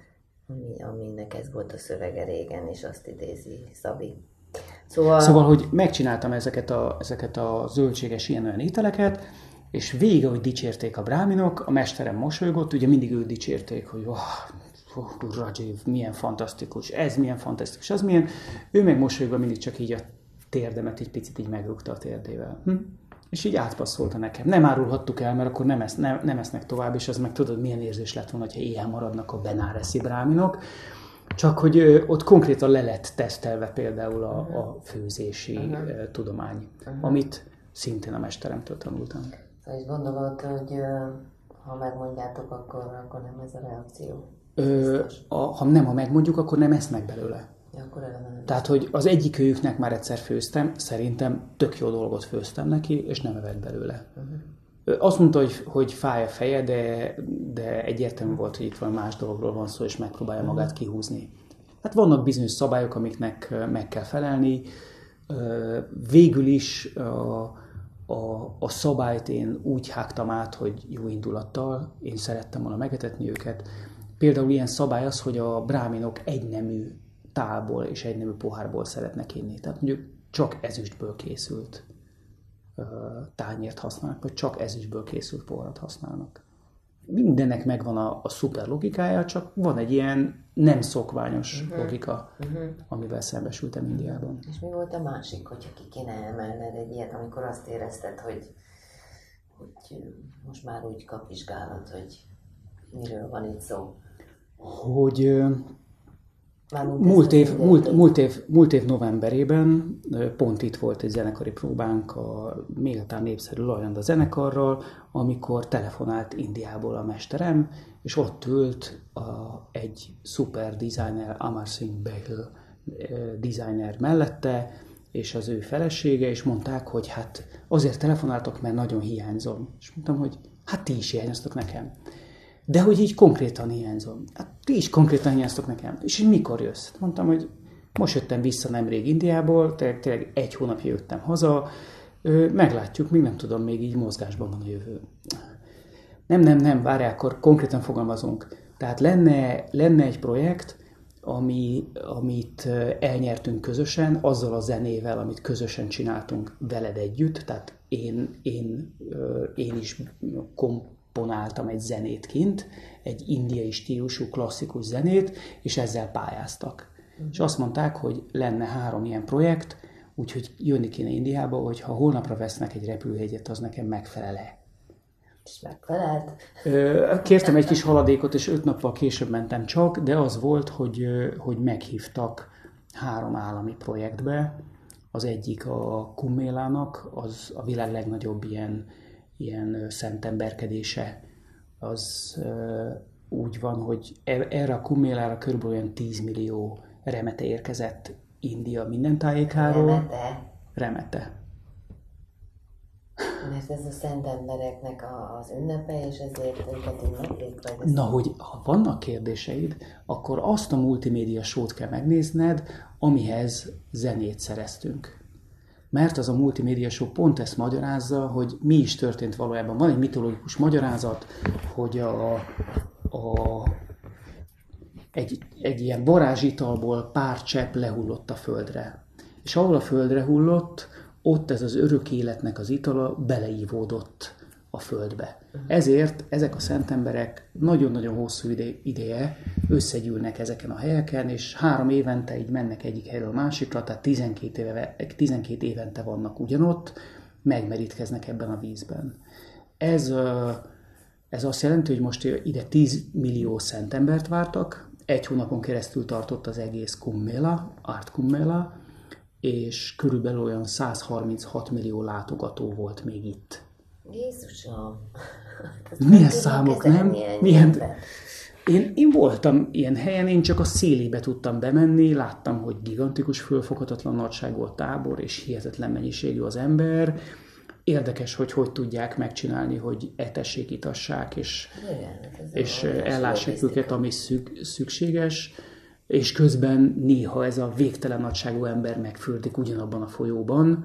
aminek ez volt a szövege régen, és azt idézi Szabi. Szóval hogy megcsináltam ezeket a zöldséges ilyen-olyan ételeket, és végig, ahogy dicsérték a bráminok, a mesterem mosolygott, ugye mindig őt dicsérték, hogy Rajiv, milyen fantasztikus, ez milyen fantasztikus, az milyen. Ő meg mosolyogva mindig csak így a térdemet egy picit így megrúgta a térdével. És így átpasszolta nekem. Nem árulhattuk el, mert akkor nem esznek tovább, és az meg tudod, milyen érzés lett volna, ha éhen maradnak a benáresi bráminok. Csak hogy ott konkrétan le lett tesztelve például a főzési tudomány, amit szintén a mesteremtől tanultam. Szóval is gondolod, hogy ha megmondjátok, akkor nem ez a reakció? Ha megmondjuk, akkor nem esznek belőle. Ja, akkor tehát, hogy az egyik őjüknek már egyszer főztem, szerintem tök jó dolgot főztem neki, és nem evett belőle. Azt mondta, hogy fáj a feje, de egyértelmű volt, hogy itt van más dologról van szó, és megpróbálja magát kihúzni. Hát vannak bizonyos szabályok, amiknek meg kell felelni. Végül is a szabályt én úgy hágtam át, hogy jó indulattal, én szerettem volna megetetni őket. Például ilyen szabály az, hogy a bráminok egynemű tálból és egynemű pohárból szeretnek inni. Tehát mondjuk csak ezüstből készült tányért használnak, vagy csak ezüstből készült poharat használnak. Mindennek megvan a szuper logikája, csak van egy ilyen nem szokványos logika, amivel szembesültem Indiában. És mi volt a másik, hogyha ki kéne emelned egy ilyet, amikor azt érezted, hogy most már úgy kapvizsgálat, hogy miről van itt szó? Hogy múlt év novemberében pont itt volt egy zenekari próbánk a méltán népszerű Lajanda zenekarral, amikor telefonált Indiából a mesterem, és ott ült egy szuper designer, Amar Singh Bahl designer mellette, és az ő felesége, és mondták, hogy hát azért telefonáltok, mert nagyon hiányzom. És mondtam, hogy hát ti is hiányoztok nekem. De hogy így konkrétan hiányzom. Hát ti is konkrétan hiányoztok nekem. És így mikor jössz? Mondtam, hogy most jöttem vissza nemrég Indiából, tényleg 1 hónapja jöttem haza, meglátjuk, még nem tudom, még így mozgásban van a jövő. Nem, várjál, akkor konkrétan fogalmazunk. Tehát lenne egy projekt, amit elnyertünk közösen, azzal a zenével, amit közösen csináltunk veled együtt, tehát én is komponáltam egy zenét kint, egy indiai stílusú klasszikus zenét, és ezzel pályáztak. És azt mondták, hogy lenne 3 ilyen projekt, úgyhogy jönni kéne Indiába, hogy ha holnapra vesznek egy repülőjegyet, az nekem megfelel-e. És megfelelt? Kértem egy kis haladékot, és 5 nappal később mentem csak, de az volt, hogy meghívtak 3 állami projektbe. Az egyik a Kumbh Mélának, az a világ legnagyobb ilyen szentemberkedése. Az úgy van, hogy erre a Kumbh Mélára körülbelül olyan 10 millió remete érkezett India minden tájékáról. Remete. Mert ez a szent embereknek az ünnepe, és ezért őket ünneplik? Na, hogy ha vannak kérdéseid, akkor azt a multimédia show-t kell megnézned, amihez zenét szereztünk. Mert az a multimédia show pont ezt magyarázza, hogy mi is történt valójában. Van egy mitológikus magyarázat, hogy egy ilyen varázsitalból pár csepp lehullott a földre. És ahol a földre hullott, ott ez az örök életnek az itala beleívódott a földbe. Ezért ezek a szent emberek nagyon-nagyon hosszú ideje összegyűlnek ezeken a helyeken, és 3 évente így mennek egyik helyről a másikra, tehát 12 évente vannak ugyanott, megmerítkeznek ebben a vízben. Ez azt jelenti, hogy most ide 10 millió szent embert vártak, 1 hónapon keresztül tartott az egész Kumbh Méla, Art Kumbh Méla, és körülbelül olyan 136 millió látogató volt még itt. Jézusom! Milyen számok, nem? Én voltam ilyen helyen, én csak a szélébe tudtam bemenni, láttam, hogy gigantikus, fölfoghatatlan nagyságú a tábor, és hihetetlen mennyiségű az ember. Érdekes, hogy tudják megcsinálni, hogy etessék, itassák, és ellássák őket, ami szükséges. És közben néha ez a végtelen nagyságú ember megfürdik ugyanabban a folyóban,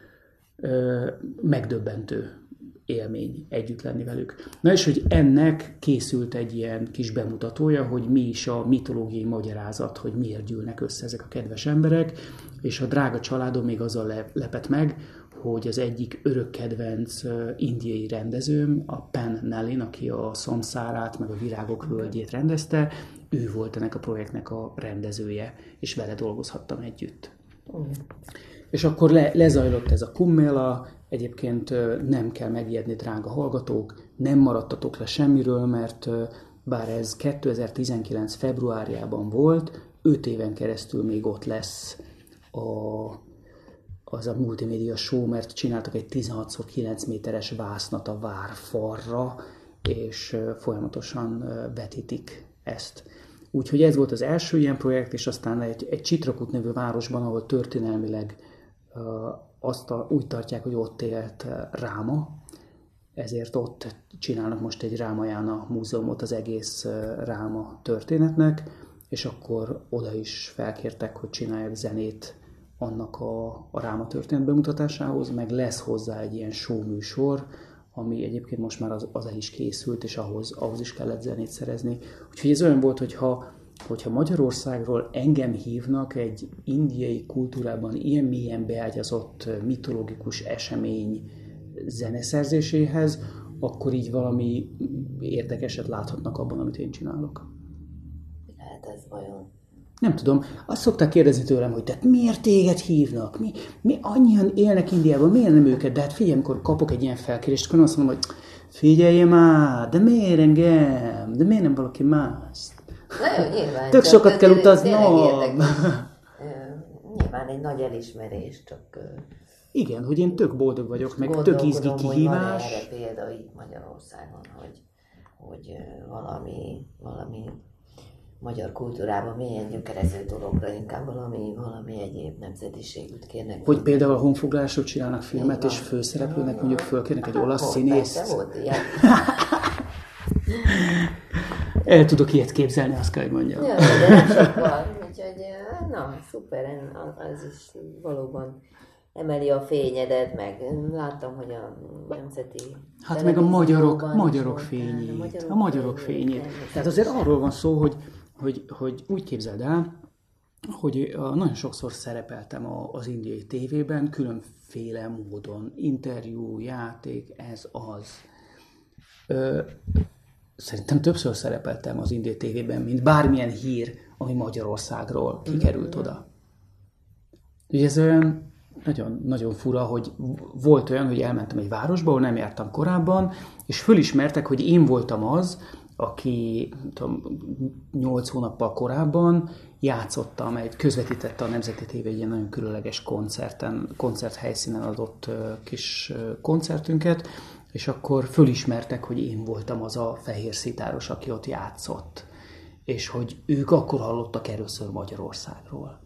megdöbbentő élmény együtt lenni velük. Na és hogy ennek készült egy ilyen kis bemutatója, hogy mi is a mitológiai magyarázat, hogy miért gyűlnek össze ezek a kedves emberek, és a drága családom még azzal lepett meg, hogy az egyik örök kedvenc indiai rendezőm, a Pen Nellin, aki a Szamszárát, meg a Virágok völgyét rendezte, ő volt ennek a projektnek a rendezője, és vele dolgozhattam együtt. És akkor lezajlott ez a Kumbh Méla, egyébként nem kell megijedni, drága hallgatók, nem maradtatok le semmiről, mert bár ez 2019. februárjában volt, 5 éven keresztül még ott lesz az a multimédia show, mert csináltak egy 16x9 méteres vásznat a várfalra, és folyamatosan vetítik ezt. Úgyhogy ez volt az első ilyen projekt, és aztán egy Csitrakut nevű városban, ahol történelmileg úgy tartják, hogy ott élt Ráma, ezért ott csinálnak most egy Rámajána múzeumot az egész Ráma történetnek, és akkor oda is felkértek, hogy csinálják zenét annak a Ráma történet bemutatásához, meg lesz hozzá egy ilyen show műsor, ami egyébként most már az el is készült, és ahhoz is kellett zenét szerezni. Úgyhogy ez olyan volt, hogyha Magyarországról engem hívnak egy indiai kultúrában ilyen mélyen beágyazott mitológikus esemény zeneszerzéséhez, akkor így valami érdekeset láthatnak abban, amit én csinálok. Lehet ez vajon? Nem tudom. Azt szokták kérdezni tőlem, hogy tehát miért téged hívnak? Mi annyian élnek Indiában, miért nem őket? De hát figyelj, amikor kapok egy ilyen felkérést, akkor azt mondom, hogy figyelj már, de miért engem? De miért nem valaki más? Na jó, nyilván. Tök sokat kell utaznom. Nyilván egy nagy elismerés, csak... Igen, hogy én tök boldog vagyok, meg tök izgi kihívás. Hogy van erre példa itt Magyarországon, hogy valami magyar kultúrában milyen gyökerező dologra, inkább valami egyéb nemzetiségűt kérnek. Hogy például a honfoglalásról csinálnak filmet, és főszereplőnek mondjuk fölkérnek egy olasz színészt. Volt ilyen. El tudok ilyet képzelni, azt kell, hogy mondjam. Ja, de nem sokkal. Úgyhogy, na, szuper, ez is valóban emeli a fényedet, meg láttam, hogy a nemzeti... Hát meg a magyarok fényét. A magyarok fényét. Tehát azért arról van szó, hogy úgy képzeld el, hogy nagyon sokszor szerepeltem az indiai tévében, különféle módon, interjú, játék, ez az. Szerintem többször szerepeltem az indiai tévében, mint bármilyen hír, ami Magyarországról kikerült oda. Ugye ez olyan nagyon, nagyon fura, hogy volt olyan, hogy elmentem egy városba, ahol nem jártam korábban, és fölismertek, hogy én voltam az, aki 8 hónappal korábban játszottam, közvetítette a Nemzeti TV egy ilyen nagyon különleges koncerthelyszínen adott kis koncertünket, és akkor fölismertek, hogy én voltam az a fehér szitáros, aki ott játszott, és hogy ők akkor hallottak először Magyarországról.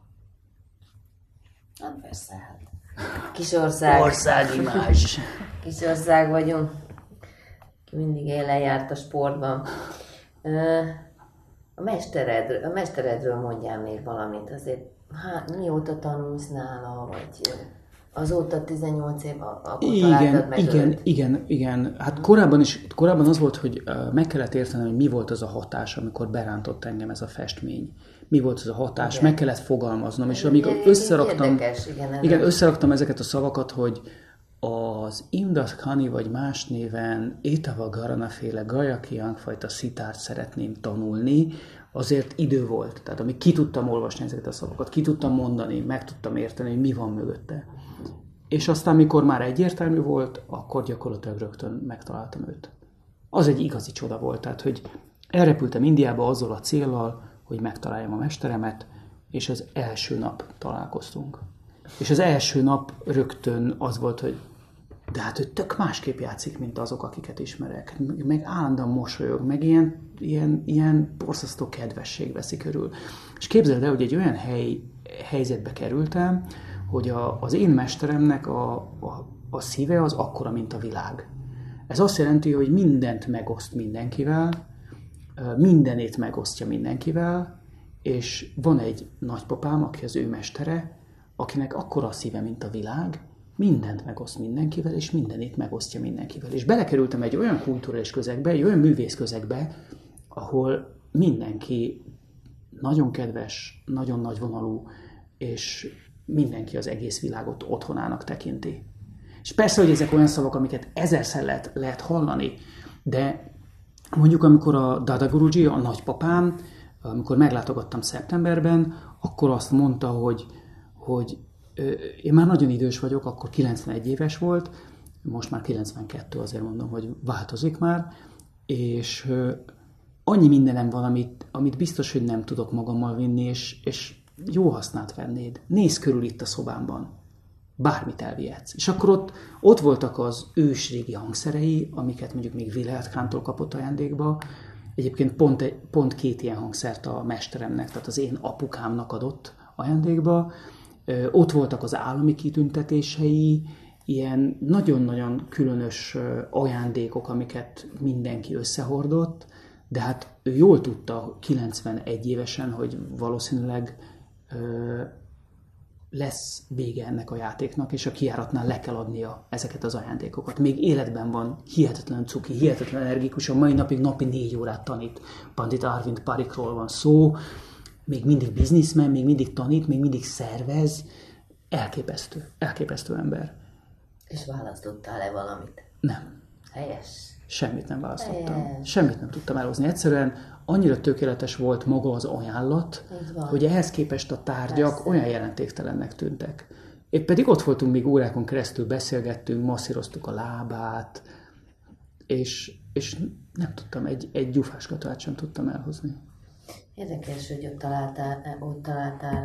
Nem persze, hát. Kisország. Országimázs. Kisország vagyunk. Mindig élen járt a sportban. A mesteredről mondjál még valamit. Azért, mióta tanulsz nála, vagy azóta 18 év, akkor találtad meg Igen. Hát korábban az volt, hogy meg kellett értenem, hogy mi volt az a hatás, amikor berántott engem ez a festmény. Mi volt az a hatás, igen. Meg kellett fogalmaznom, és amikor összeraktam ezeket a szavakat, hogy az Indakhani vagy más néven Etava Garana-féle Gayaki fajta szitárt szeretném tanulni, azért idő volt. Tehát amíg ki tudtam olvasni ezeket a szavakat, ki tudtam mondani, meg tudtam érteni, hogy mi van mögötte. És aztán, mikor már egyértelmű volt, akkor gyakorlatilag rögtön megtaláltam őt. Az egy igazi csoda volt, tehát, hogy elrepültem Indiába azzal a céllal, hogy megtaláljam a mesteremet, és az első nap találkoztunk. És az első nap rögtön az volt, hogy de hát ő tök másképp játszik, mint azok, akiket ismerek. Meg állandóan mosolyog, meg ilyen borzasztó kedvesség veszi körül. És képzeld el, hogy egy olyan helyzetbe kerültem, hogy az én mesteremnek a szíve az akkora, mint a világ. Ez azt jelenti, hogy mindent megoszt mindenkivel, mindenét megosztja mindenkivel, és van egy nagypapám, aki az ő mestere, akinek akkora a szíve, mint a világ, mindent megoszt mindenkivel, és mindenét megosztja mindenkivel. És belekerültem egy olyan kulturális közegbe, egy olyan művész közegbe, ahol mindenki nagyon kedves, nagyon nagyvonalú, és mindenki az egész világot otthonának tekinti. És persze, hogy ezek olyan szavak, amiket ezerszer lehet hallani, de mondjuk amikor a Dada Guruji, a nagypapám, amikor meglátogattam szeptemberben, akkor azt mondta, hogy én már nagyon idős vagyok, akkor 91 éves volt, most már 92, azért mondom, hogy változik már, és annyi mindenem van, amit biztos, hogy nem tudok magammal vinni, és jó hasznát vennéd. Nézz körül itt a szobámban. Bármit elvihetsz. És akkor ott voltak az ősrégi hangszerei, amiket mondjuk még Wilhelm Kahntól kapott ajándékba. Egyébként pont 2 ilyen hangszert a mesteremnek, tehát az én apukámnak adott ajándékba. Ott voltak az állami kitüntetései, ilyen nagyon-nagyon különös ajándékok, amiket mindenki összehordott, de hát ő jól tudta 91 évesen, hogy valószínűleg lesz vége ennek a játéknak, és a kijáratnál le kell adnia ezeket az ajándékokat. Még életben van, hihetetlen cuki, hihetetlen energikus, a mai napig napi 4 órát tanít. Pandit Arvind Parikról van szó, még mindig bizniszmen, még mindig tanít, még mindig szervez. Elképesztő ember. És választottál-e valamit? Nem. Helyes. Semmit nem választottam. Helyes. Semmit nem tudtam elhozni. Egyszerűen annyira tökéletes volt maga az ajánlat, hogy ehhez képest a tárgyak Persze. olyan jelentéktelennek tűntek. Épp pedig ott voltunk, még órákon keresztül beszélgettünk, masszíroztuk a lábát, és nem tudtam, egy gyufáskatát sem tudtam elhozni. Érdekes, hogy ott találtál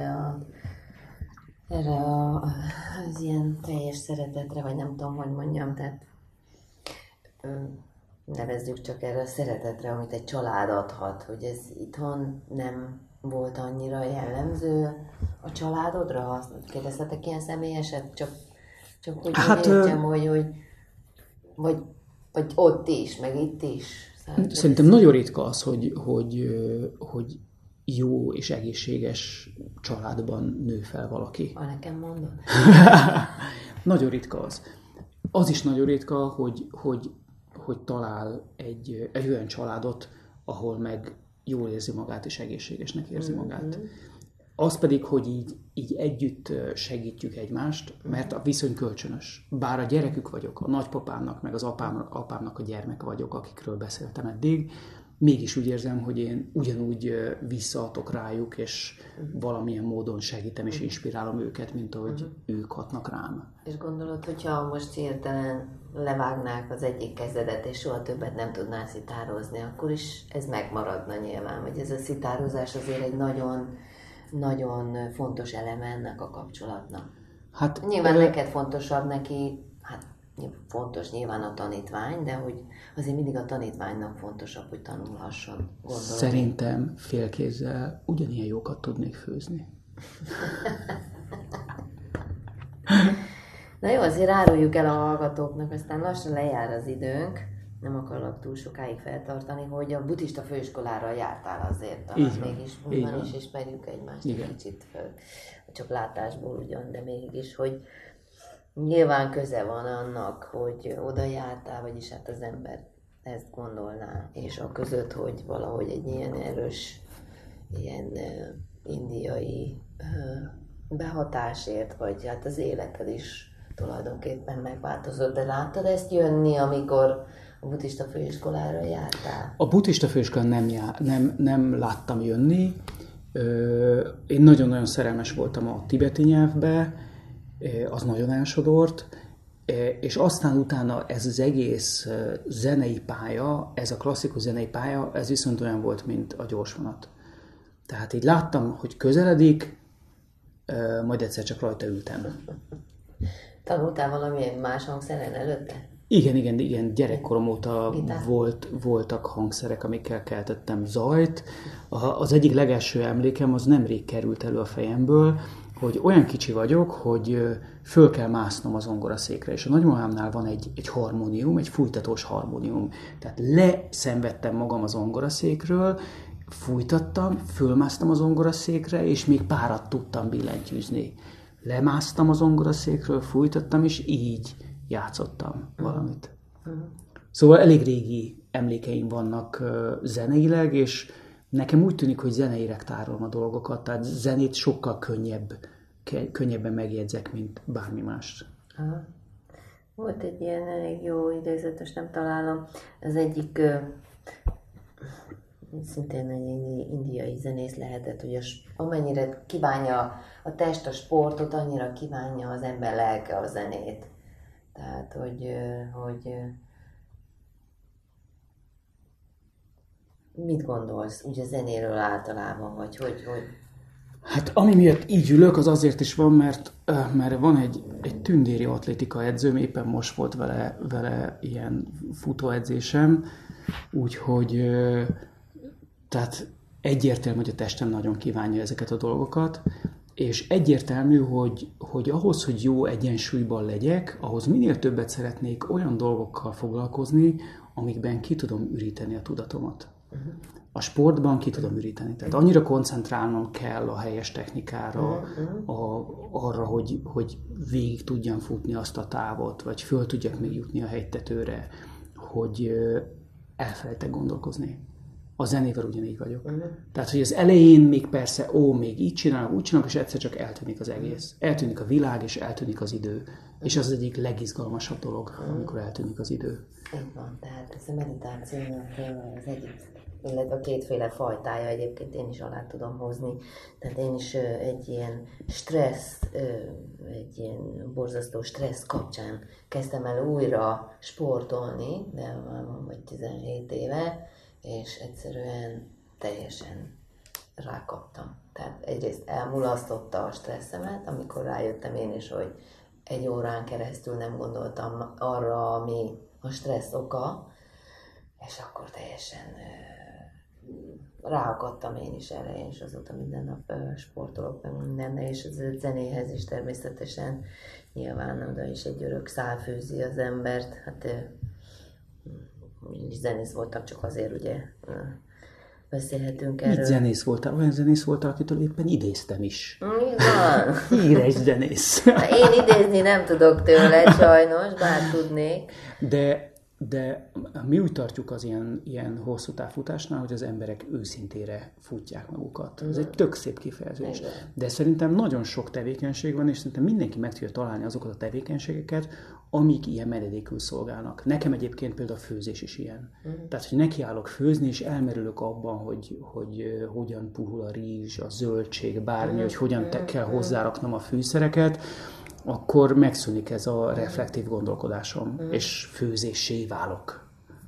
erre az ilyen teljes szeretetre, vagy nem tudom, hogy mondjam, tehát nevezzük csak erre a szeretetre, amit egy család adhat, hogy ez itthon nem volt annyira jellemző a családodra? Kérdeztetek ilyen személyeset? Csak hogy értsem, vagy ott is, meg itt is. Szerintem nagyon ritka az, hogy jó és egészséges családban nő fel valaki. Ha nekem mondod? Nagyon ritka az. Az is nagyon ritka, hogy talál egy olyan családot, ahol meg jól érzi magát és egészségesnek érzi magát. Az pedig, hogy így együtt segítjük egymást, mert a viszony kölcsönös. Bár a gyerekük vagyok, a nagypapámnak, meg az apámnak a gyermeke vagyok, akikről beszéltem eddig, mégis úgy érzem, hogy én ugyanúgy visszaadok rájuk, és valamilyen módon segítem és inspirálom őket, mint ahogy ők hatnak rám. És gondolod, hogyha most hirtelen levágnák az egyik kezedet, és soha többet nem tudnál szitározni, akkor is ez megmaradna nyilván, vagy ez a szitározás azért egy nagyon, nagyon fontos eleme ennek a kapcsolatnak. Hát, nyilván neked fontosabb neki, hát fontos nyilván a tanítvány, de hogy azért mindig a tanítványnak fontosabb, hogy tanulhasson. Gondolom. Szerintem félkézzel ugyanilyen jókat tudnék főzni. Na jó, azért áruljuk el a hallgatóknak, aztán lassan lejár az időnk, nem akarlak túl sokáig feltartani, hogy a buddhista főiskolára jártál azért, talán mégis bundan is ismerjük egymást egy kicsit föl, csak látásból ugyan, de mégis, hogy nyilván köze van annak, hogy oda jártál, vagyis hát az ember ezt gondolná, és a között, hogy valahogy egy ilyen erős, ilyen indiai behatásért, vagy hát az életed is tulajdonképpen megváltozott, de láttad ezt jönni, amikor a buddhista főiskolára jártál? A buddhista főiskolán nem láttam jönni. Én nagyon-nagyon szerelmes voltam a tibeti nyelvbe, az nagyon elsodort, és aztán utána ez az egész zenei pálya, ez a klasszikus zenei pálya, ez viszont olyan volt, mint a gyorsvonat. Tehát így láttam, hogy közeledik, majd egyszer csak rajta ültem. Tanultál valamilyen más hangszeren előtte? Igen, gyerekkorom óta voltak hangszerek, amikkel keltettem zajt. Az egyik legelső emlékem az nemrég került elő a fejemből, hogy olyan kicsi vagyok, hogy föl kell másznom az zongoraszékre, és a nagymamámnál van egy harmónium, egy fújtatós harmónium. Tehát leszenvedtem magam az zongoraszékről, fújtattam, fölmásztam a zongoraszékre, és még párat tudtam billentyűzni. Lemásztam a zongoraszékről, fújtattam, és így játszottam valamit. Szóval elég régi emlékeim vannak zeneileg, és nekem úgy tűnik, hogy zeneileg tárolom a dolgokat, tehát zenét sokkal könnyebben megjegyzek, mint bármi más. Aha. Volt egy ilyen elég jó idézet, most nem találom, az egyik szintén egy indiai zenész lehetett, hogy amennyire kívánja a test a sportot, annyira kívánja az ember lelke a zenét. Tehát, hogy Mit gondolsz úgy a zenéről általában, vagy hogy... Hát ami miatt így ülök, az azért is van, mert van egy tündéri atlétika edzőm, éppen most volt vele ilyen futóedzésem, úgyhogy tehát egyértelmű, hogy a testem nagyon kívánja ezeket a dolgokat, és egyértelmű, hogy ahhoz, hogy jó egyensúlyban legyek, ahhoz minél többet szeretnék olyan dolgokkal foglalkozni, amikben ki tudom üríteni a tudatomat. A sportban ki tudom üríteni. Tehát annyira koncentrálnom kell a helyes technikára, arra, hogy végig tudjam futni azt a távot, vagy föl tudjak még jutni a hegytetőre, hogy elfelejtek gondolkozni. A zenével ugyanígy vagyok. Tehát, hogy az elején még persze, még így csinálok, úgy csinálok, és egyszer csak eltűnik az egész. Eltűnik a világ, és eltűnik az idő. És az egyik legizgalmasabb dolog, amikor eltűnik az idő. Így van, tehát ez a meditációnak az egyik, illetve a kétféle fajtája egyébként én is alá tudom hozni. Tehát én is egy ilyen egy ilyen borzasztó stressz kapcsán kezdtem el újra sportolni, de van vagy 17 éve, és egyszerűen teljesen rákaptam. Tehát egyrészt elmulasztotta a stresszemet, amikor rájöttem én is, hogy 1 órán keresztül nem gondoltam arra, ami a stressz oka, és akkor teljesen ráakadtam én is erre, és azóta minden nap sportolok meg mindenne, és az zenéhez is természetesen nyilván oda is egy örök szál fűzi az embert. Hát én is zenész voltam, csak azért ugye beszélhetünk erről. Mit zenész voltál? Olyan zenész voltál, akitől éppen idéztem is. Igen. Híres zenész. Én idézni nem tudok tőle, sajnos, bár tudnék. De mi úgy tartjuk az ilyen hosszú távfutásnál, hogy az emberek őszintére futják magukat. Ez egy tök szép kifejezés. Igen. De szerintem nagyon sok tevékenység van, és szerintem mindenki meg tudja találni azokat a tevékenységeket, amik ilyen menedékül szolgálnak. Nekem egyébként például a főzés is ilyen. Tehát, hogy nekiállok főzni, és elmerülök abban, hogy hogyan puhul a rizs, a zöldség, bármi, hogy hogyan kell hozzáraknom a fűszereket, akkor megszűnik ez a reflektív gondolkodásom, és főzéssé válok.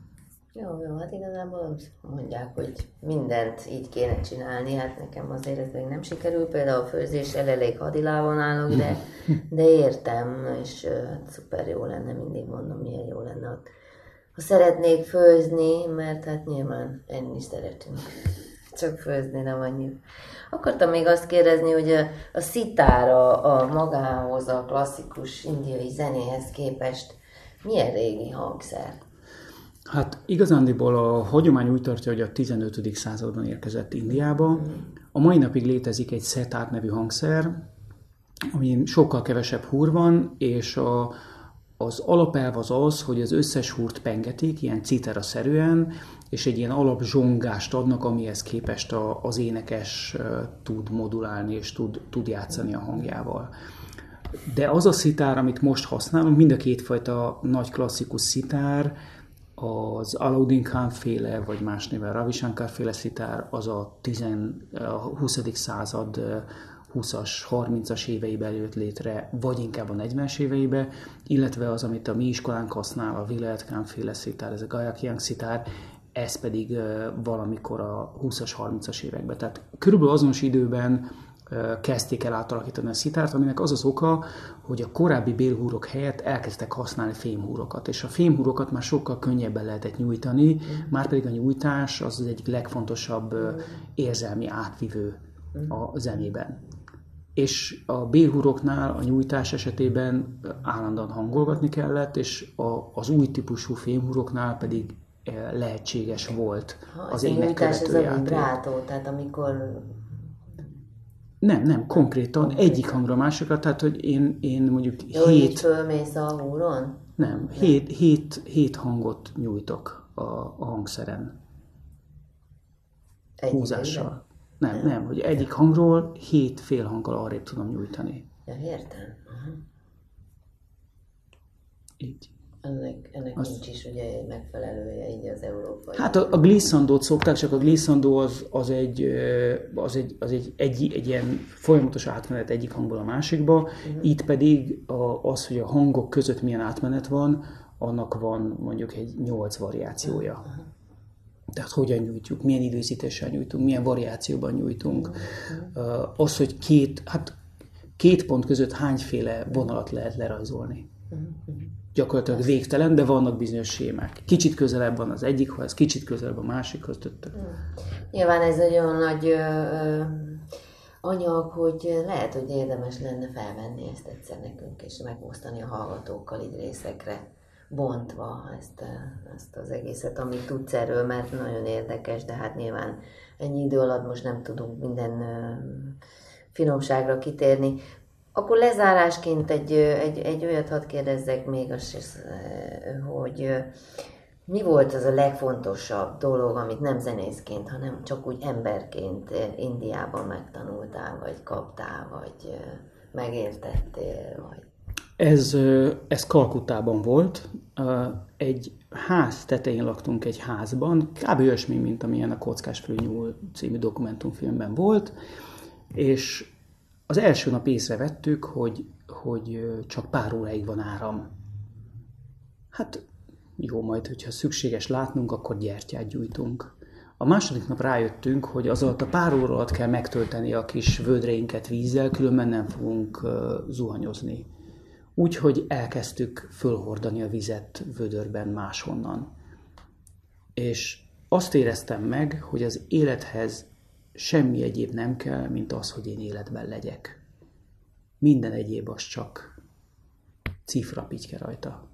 Jó, hát igazából mondják, hogy mindent így kéne csinálni, hát nekem azért ez még nem sikerül, például a főzés elég hadilávon állok, de értem, és hát szuper jó lenne, mindig mondom, milyen jó lenne, ha szeretnék főzni, mert hát nyilván enni is szeretünk, csak főzni nem annyit. Akartam még azt kérdezni, hogy a szitára a magához, a klasszikus indiai zenéhez képest milyen régi hangszer? Hát igazándiból a hagyomány úgy tartja, hogy a 15. században érkezett Indiába. A mai napig létezik egy setár nevű hangszer, amin sokkal kevesebb húr van, és az alapelv az, hogy az összes húrt pengetik, ilyen citera-szerűen, és egy ilyen alapzsongást adnak, amihez képest az énekes tud modulálni, és tud játszani a hangjával. De az a szitár, amit most használunk, mind a kétfajta nagy klasszikus szitár, az Alauddin Khan féle, vagy más néven Ravi Shankar féle szitár, az a 20. század 20-as, 30-as éveiben jött létre, vagy inkább a 40-es éveiben, illetve az, amit a mi iskolánk használ, a Vilayat Khan féle szitár, ez a Gaya Kiang szitár, ez pedig valamikor a 20-as, 30-as években. Tehát körülbelül azonos időben kezdték el átalakítani a szitárt, aminek az az oka, hogy a korábbi bélhúrok helyett elkezdtek használni fémhúrokat, és a fémhúrokat már sokkal könnyebben lehetett nyújtani, márpedig a nyújtás az egyik legfontosabb érzelmi átvivő a zenében. És a bélhúroknál a nyújtás esetében állandóan hangolgatni kellett, és az új típusú fémhúroknál pedig lehetséges volt az ének követő játék. Ez a vibrátó, tehát amikor... Nem, konkrétan egyik hangra másikra, tehát hogy én mondjuk jó, 7... fölmész a húron? Nem, 7 hangot nyújtok a hangszeren. Húzással. Nem, hogy egyik hangról 7 félhanggal arrébb tudom nyújtani. Ja, értem. Így. Ennek nincs is ugye egy megfelelője így az európai. Hát a glissandót szokták, csak a glissandó az egy ilyen folyamatos átmenet egyik hangból a másikba. Itt pedig az, hogy a hangok között milyen átmenet van, annak van mondjuk egy 8 variációja. Tehát hogyan nyújtjuk, milyen időzítéssel nyújtunk, milyen variációban nyújtunk. Az, hogy két pont között hányféle vonalat lehet lerajzolni. Gyakorlatilag végtelen, de vannak bizonyos sémák. Kicsit közelebb van az egyikhoz, kicsit közelebb a másikhoz. Nyilván ez egy olyan nagy anyag, hogy lehet, hogy érdemes lenne felvenni ezt egyszer nekünk, és megosztani a hallgatókkal így részekre, bontva ezt az egészet, amit tudsz erről, mert nagyon érdekes, de hát nyilván ennyi idő alatt most nem tudunk minden finomságra kitérni. Akkor lezárásként egy olyat hadd kérdezzek még, hogy mi volt az a legfontosabb dolog, amit nem zenészként, hanem csak úgy emberként Indiában megtanultál, vagy kaptál, vagy megértettél? Vagy... Ez Kalkuttában volt. Egy ház tetején laktunk egy házban, kb. Olyasmi, mint amilyen a Kockás Főnyúl című dokumentumfilmben volt, és az első nap észrevettük, hogy csak pár óráig van áram. Hát jó, majd, hogyha szükséges látnunk, akkor gyertyát gyújtunk. A második nap rájöttünk, hogy az alatt a pár óra alatt kell megtölteni a kis vödreinket vízzel, különben nem fogunk zuhanyozni. Úgyhogy elkezdtük fölhordani a vizet vödörben máshonnan. És azt éreztem meg, hogy az élethez semmi egyéb nem kell, mint az, hogy én életben legyek. Minden egyéb az csak cifra pityke rajta.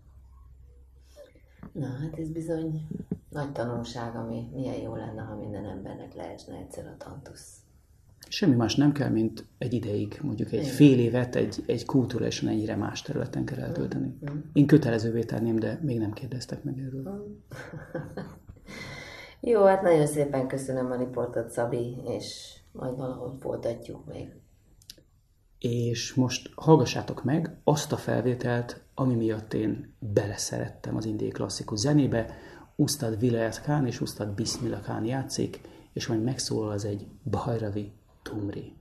Na, hát ez bizony nagy tanulság, ami milyen jó lenne, ha minden embernek leesne egyszer a tantusz. Semmi más nem kell, mint egy ideig, mondjuk egy fél évet egy kulturálisan ennyire más területen kell eltölteni. Én kötelezővé tenném, de még nem kérdeztek meg erről. Jó, hát nagyon szépen köszönöm a riportot, Szabi, és majd valahogy folytatjuk még. És most hallgassátok meg azt a felvételt, ami miatt én beleszerettem az indiai klasszikus zenébe. Ustad Vilayat Khan és Ustad Bismillah Khan játszik, és majd megszólal az egy Bhairavi Tumri.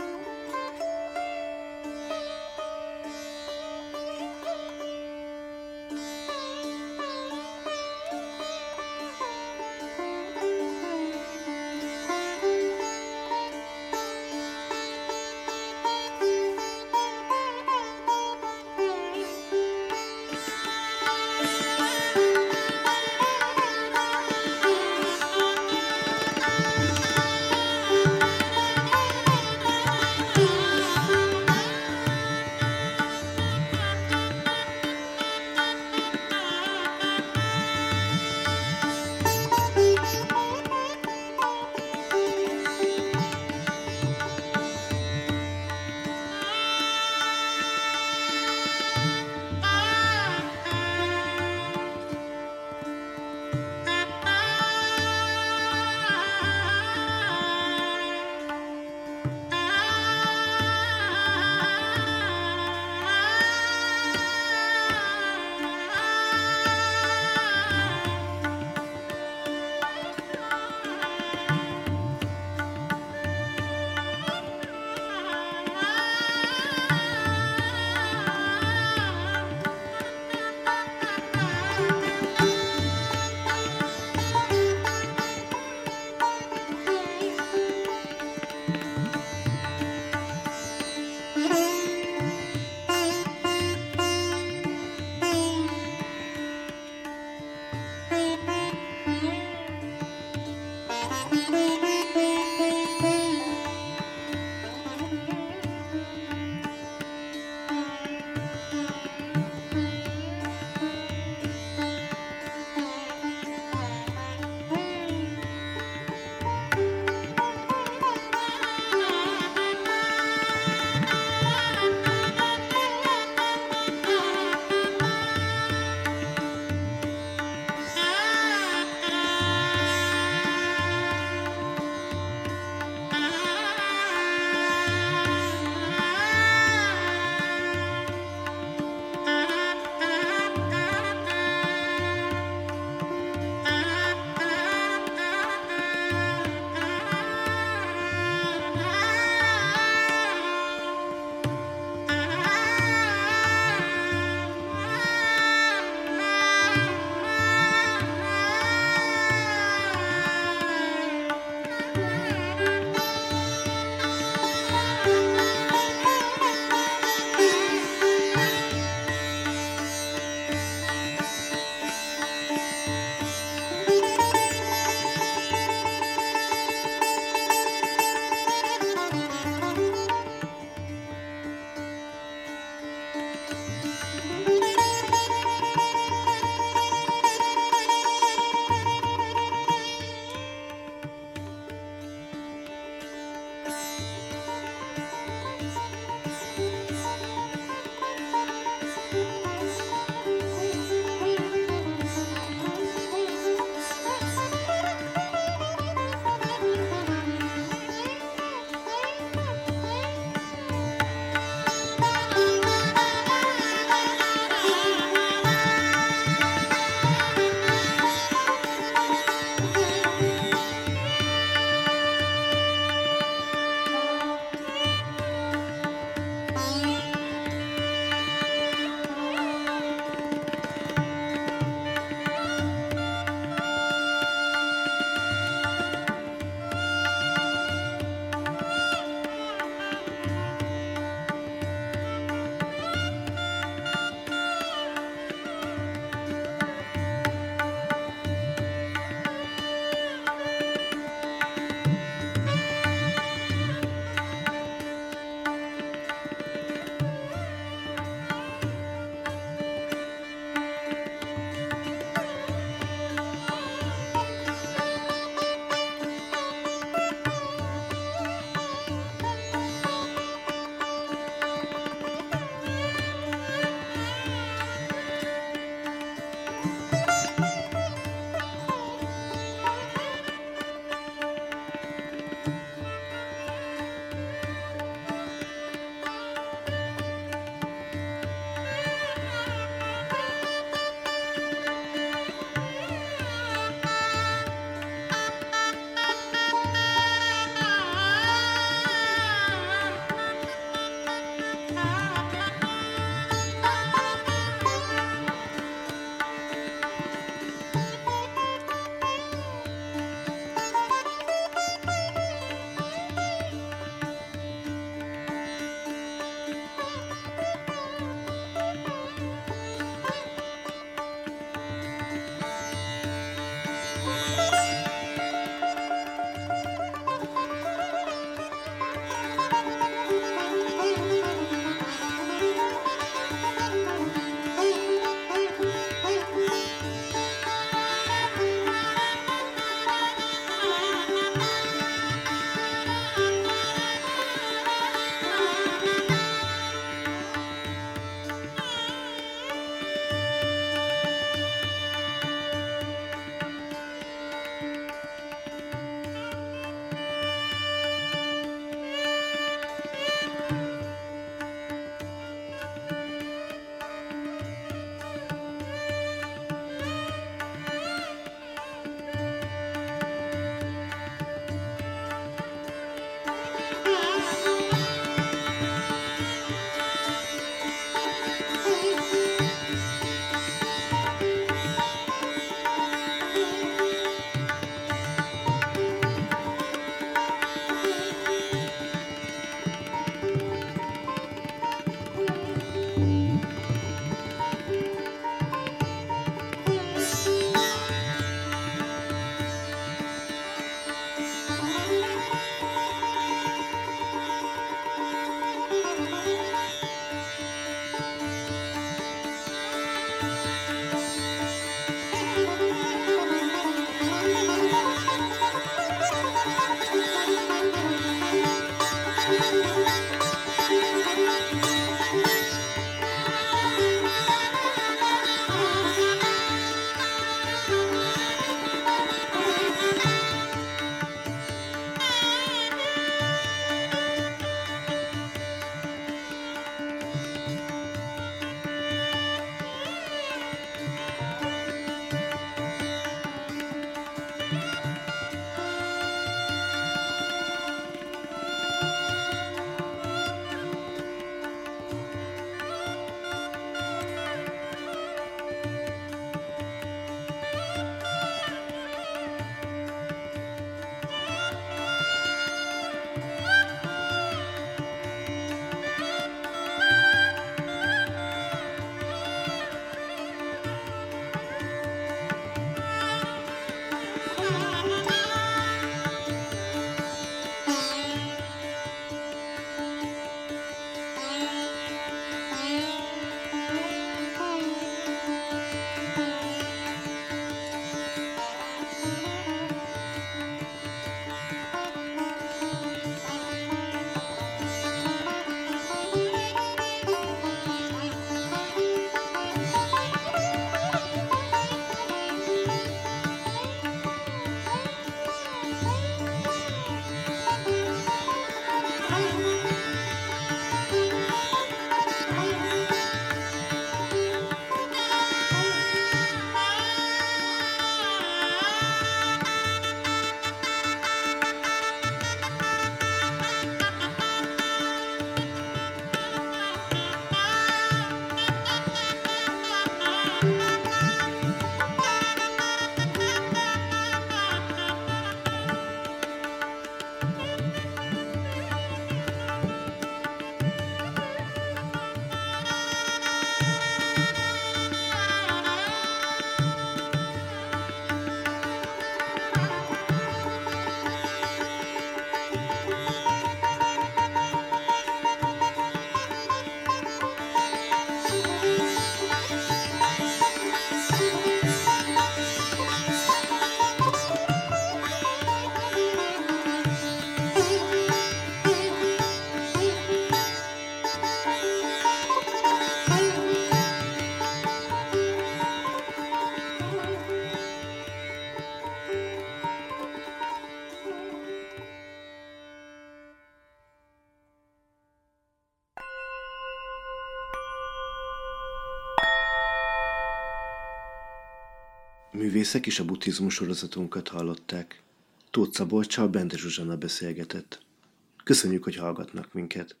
művészek és a buddhizmus sorozatunkat hallották. Tóth Szabolccsal Bende Zsuzsanna beszélgetett. Köszönjük, hogy hallgatnak minket!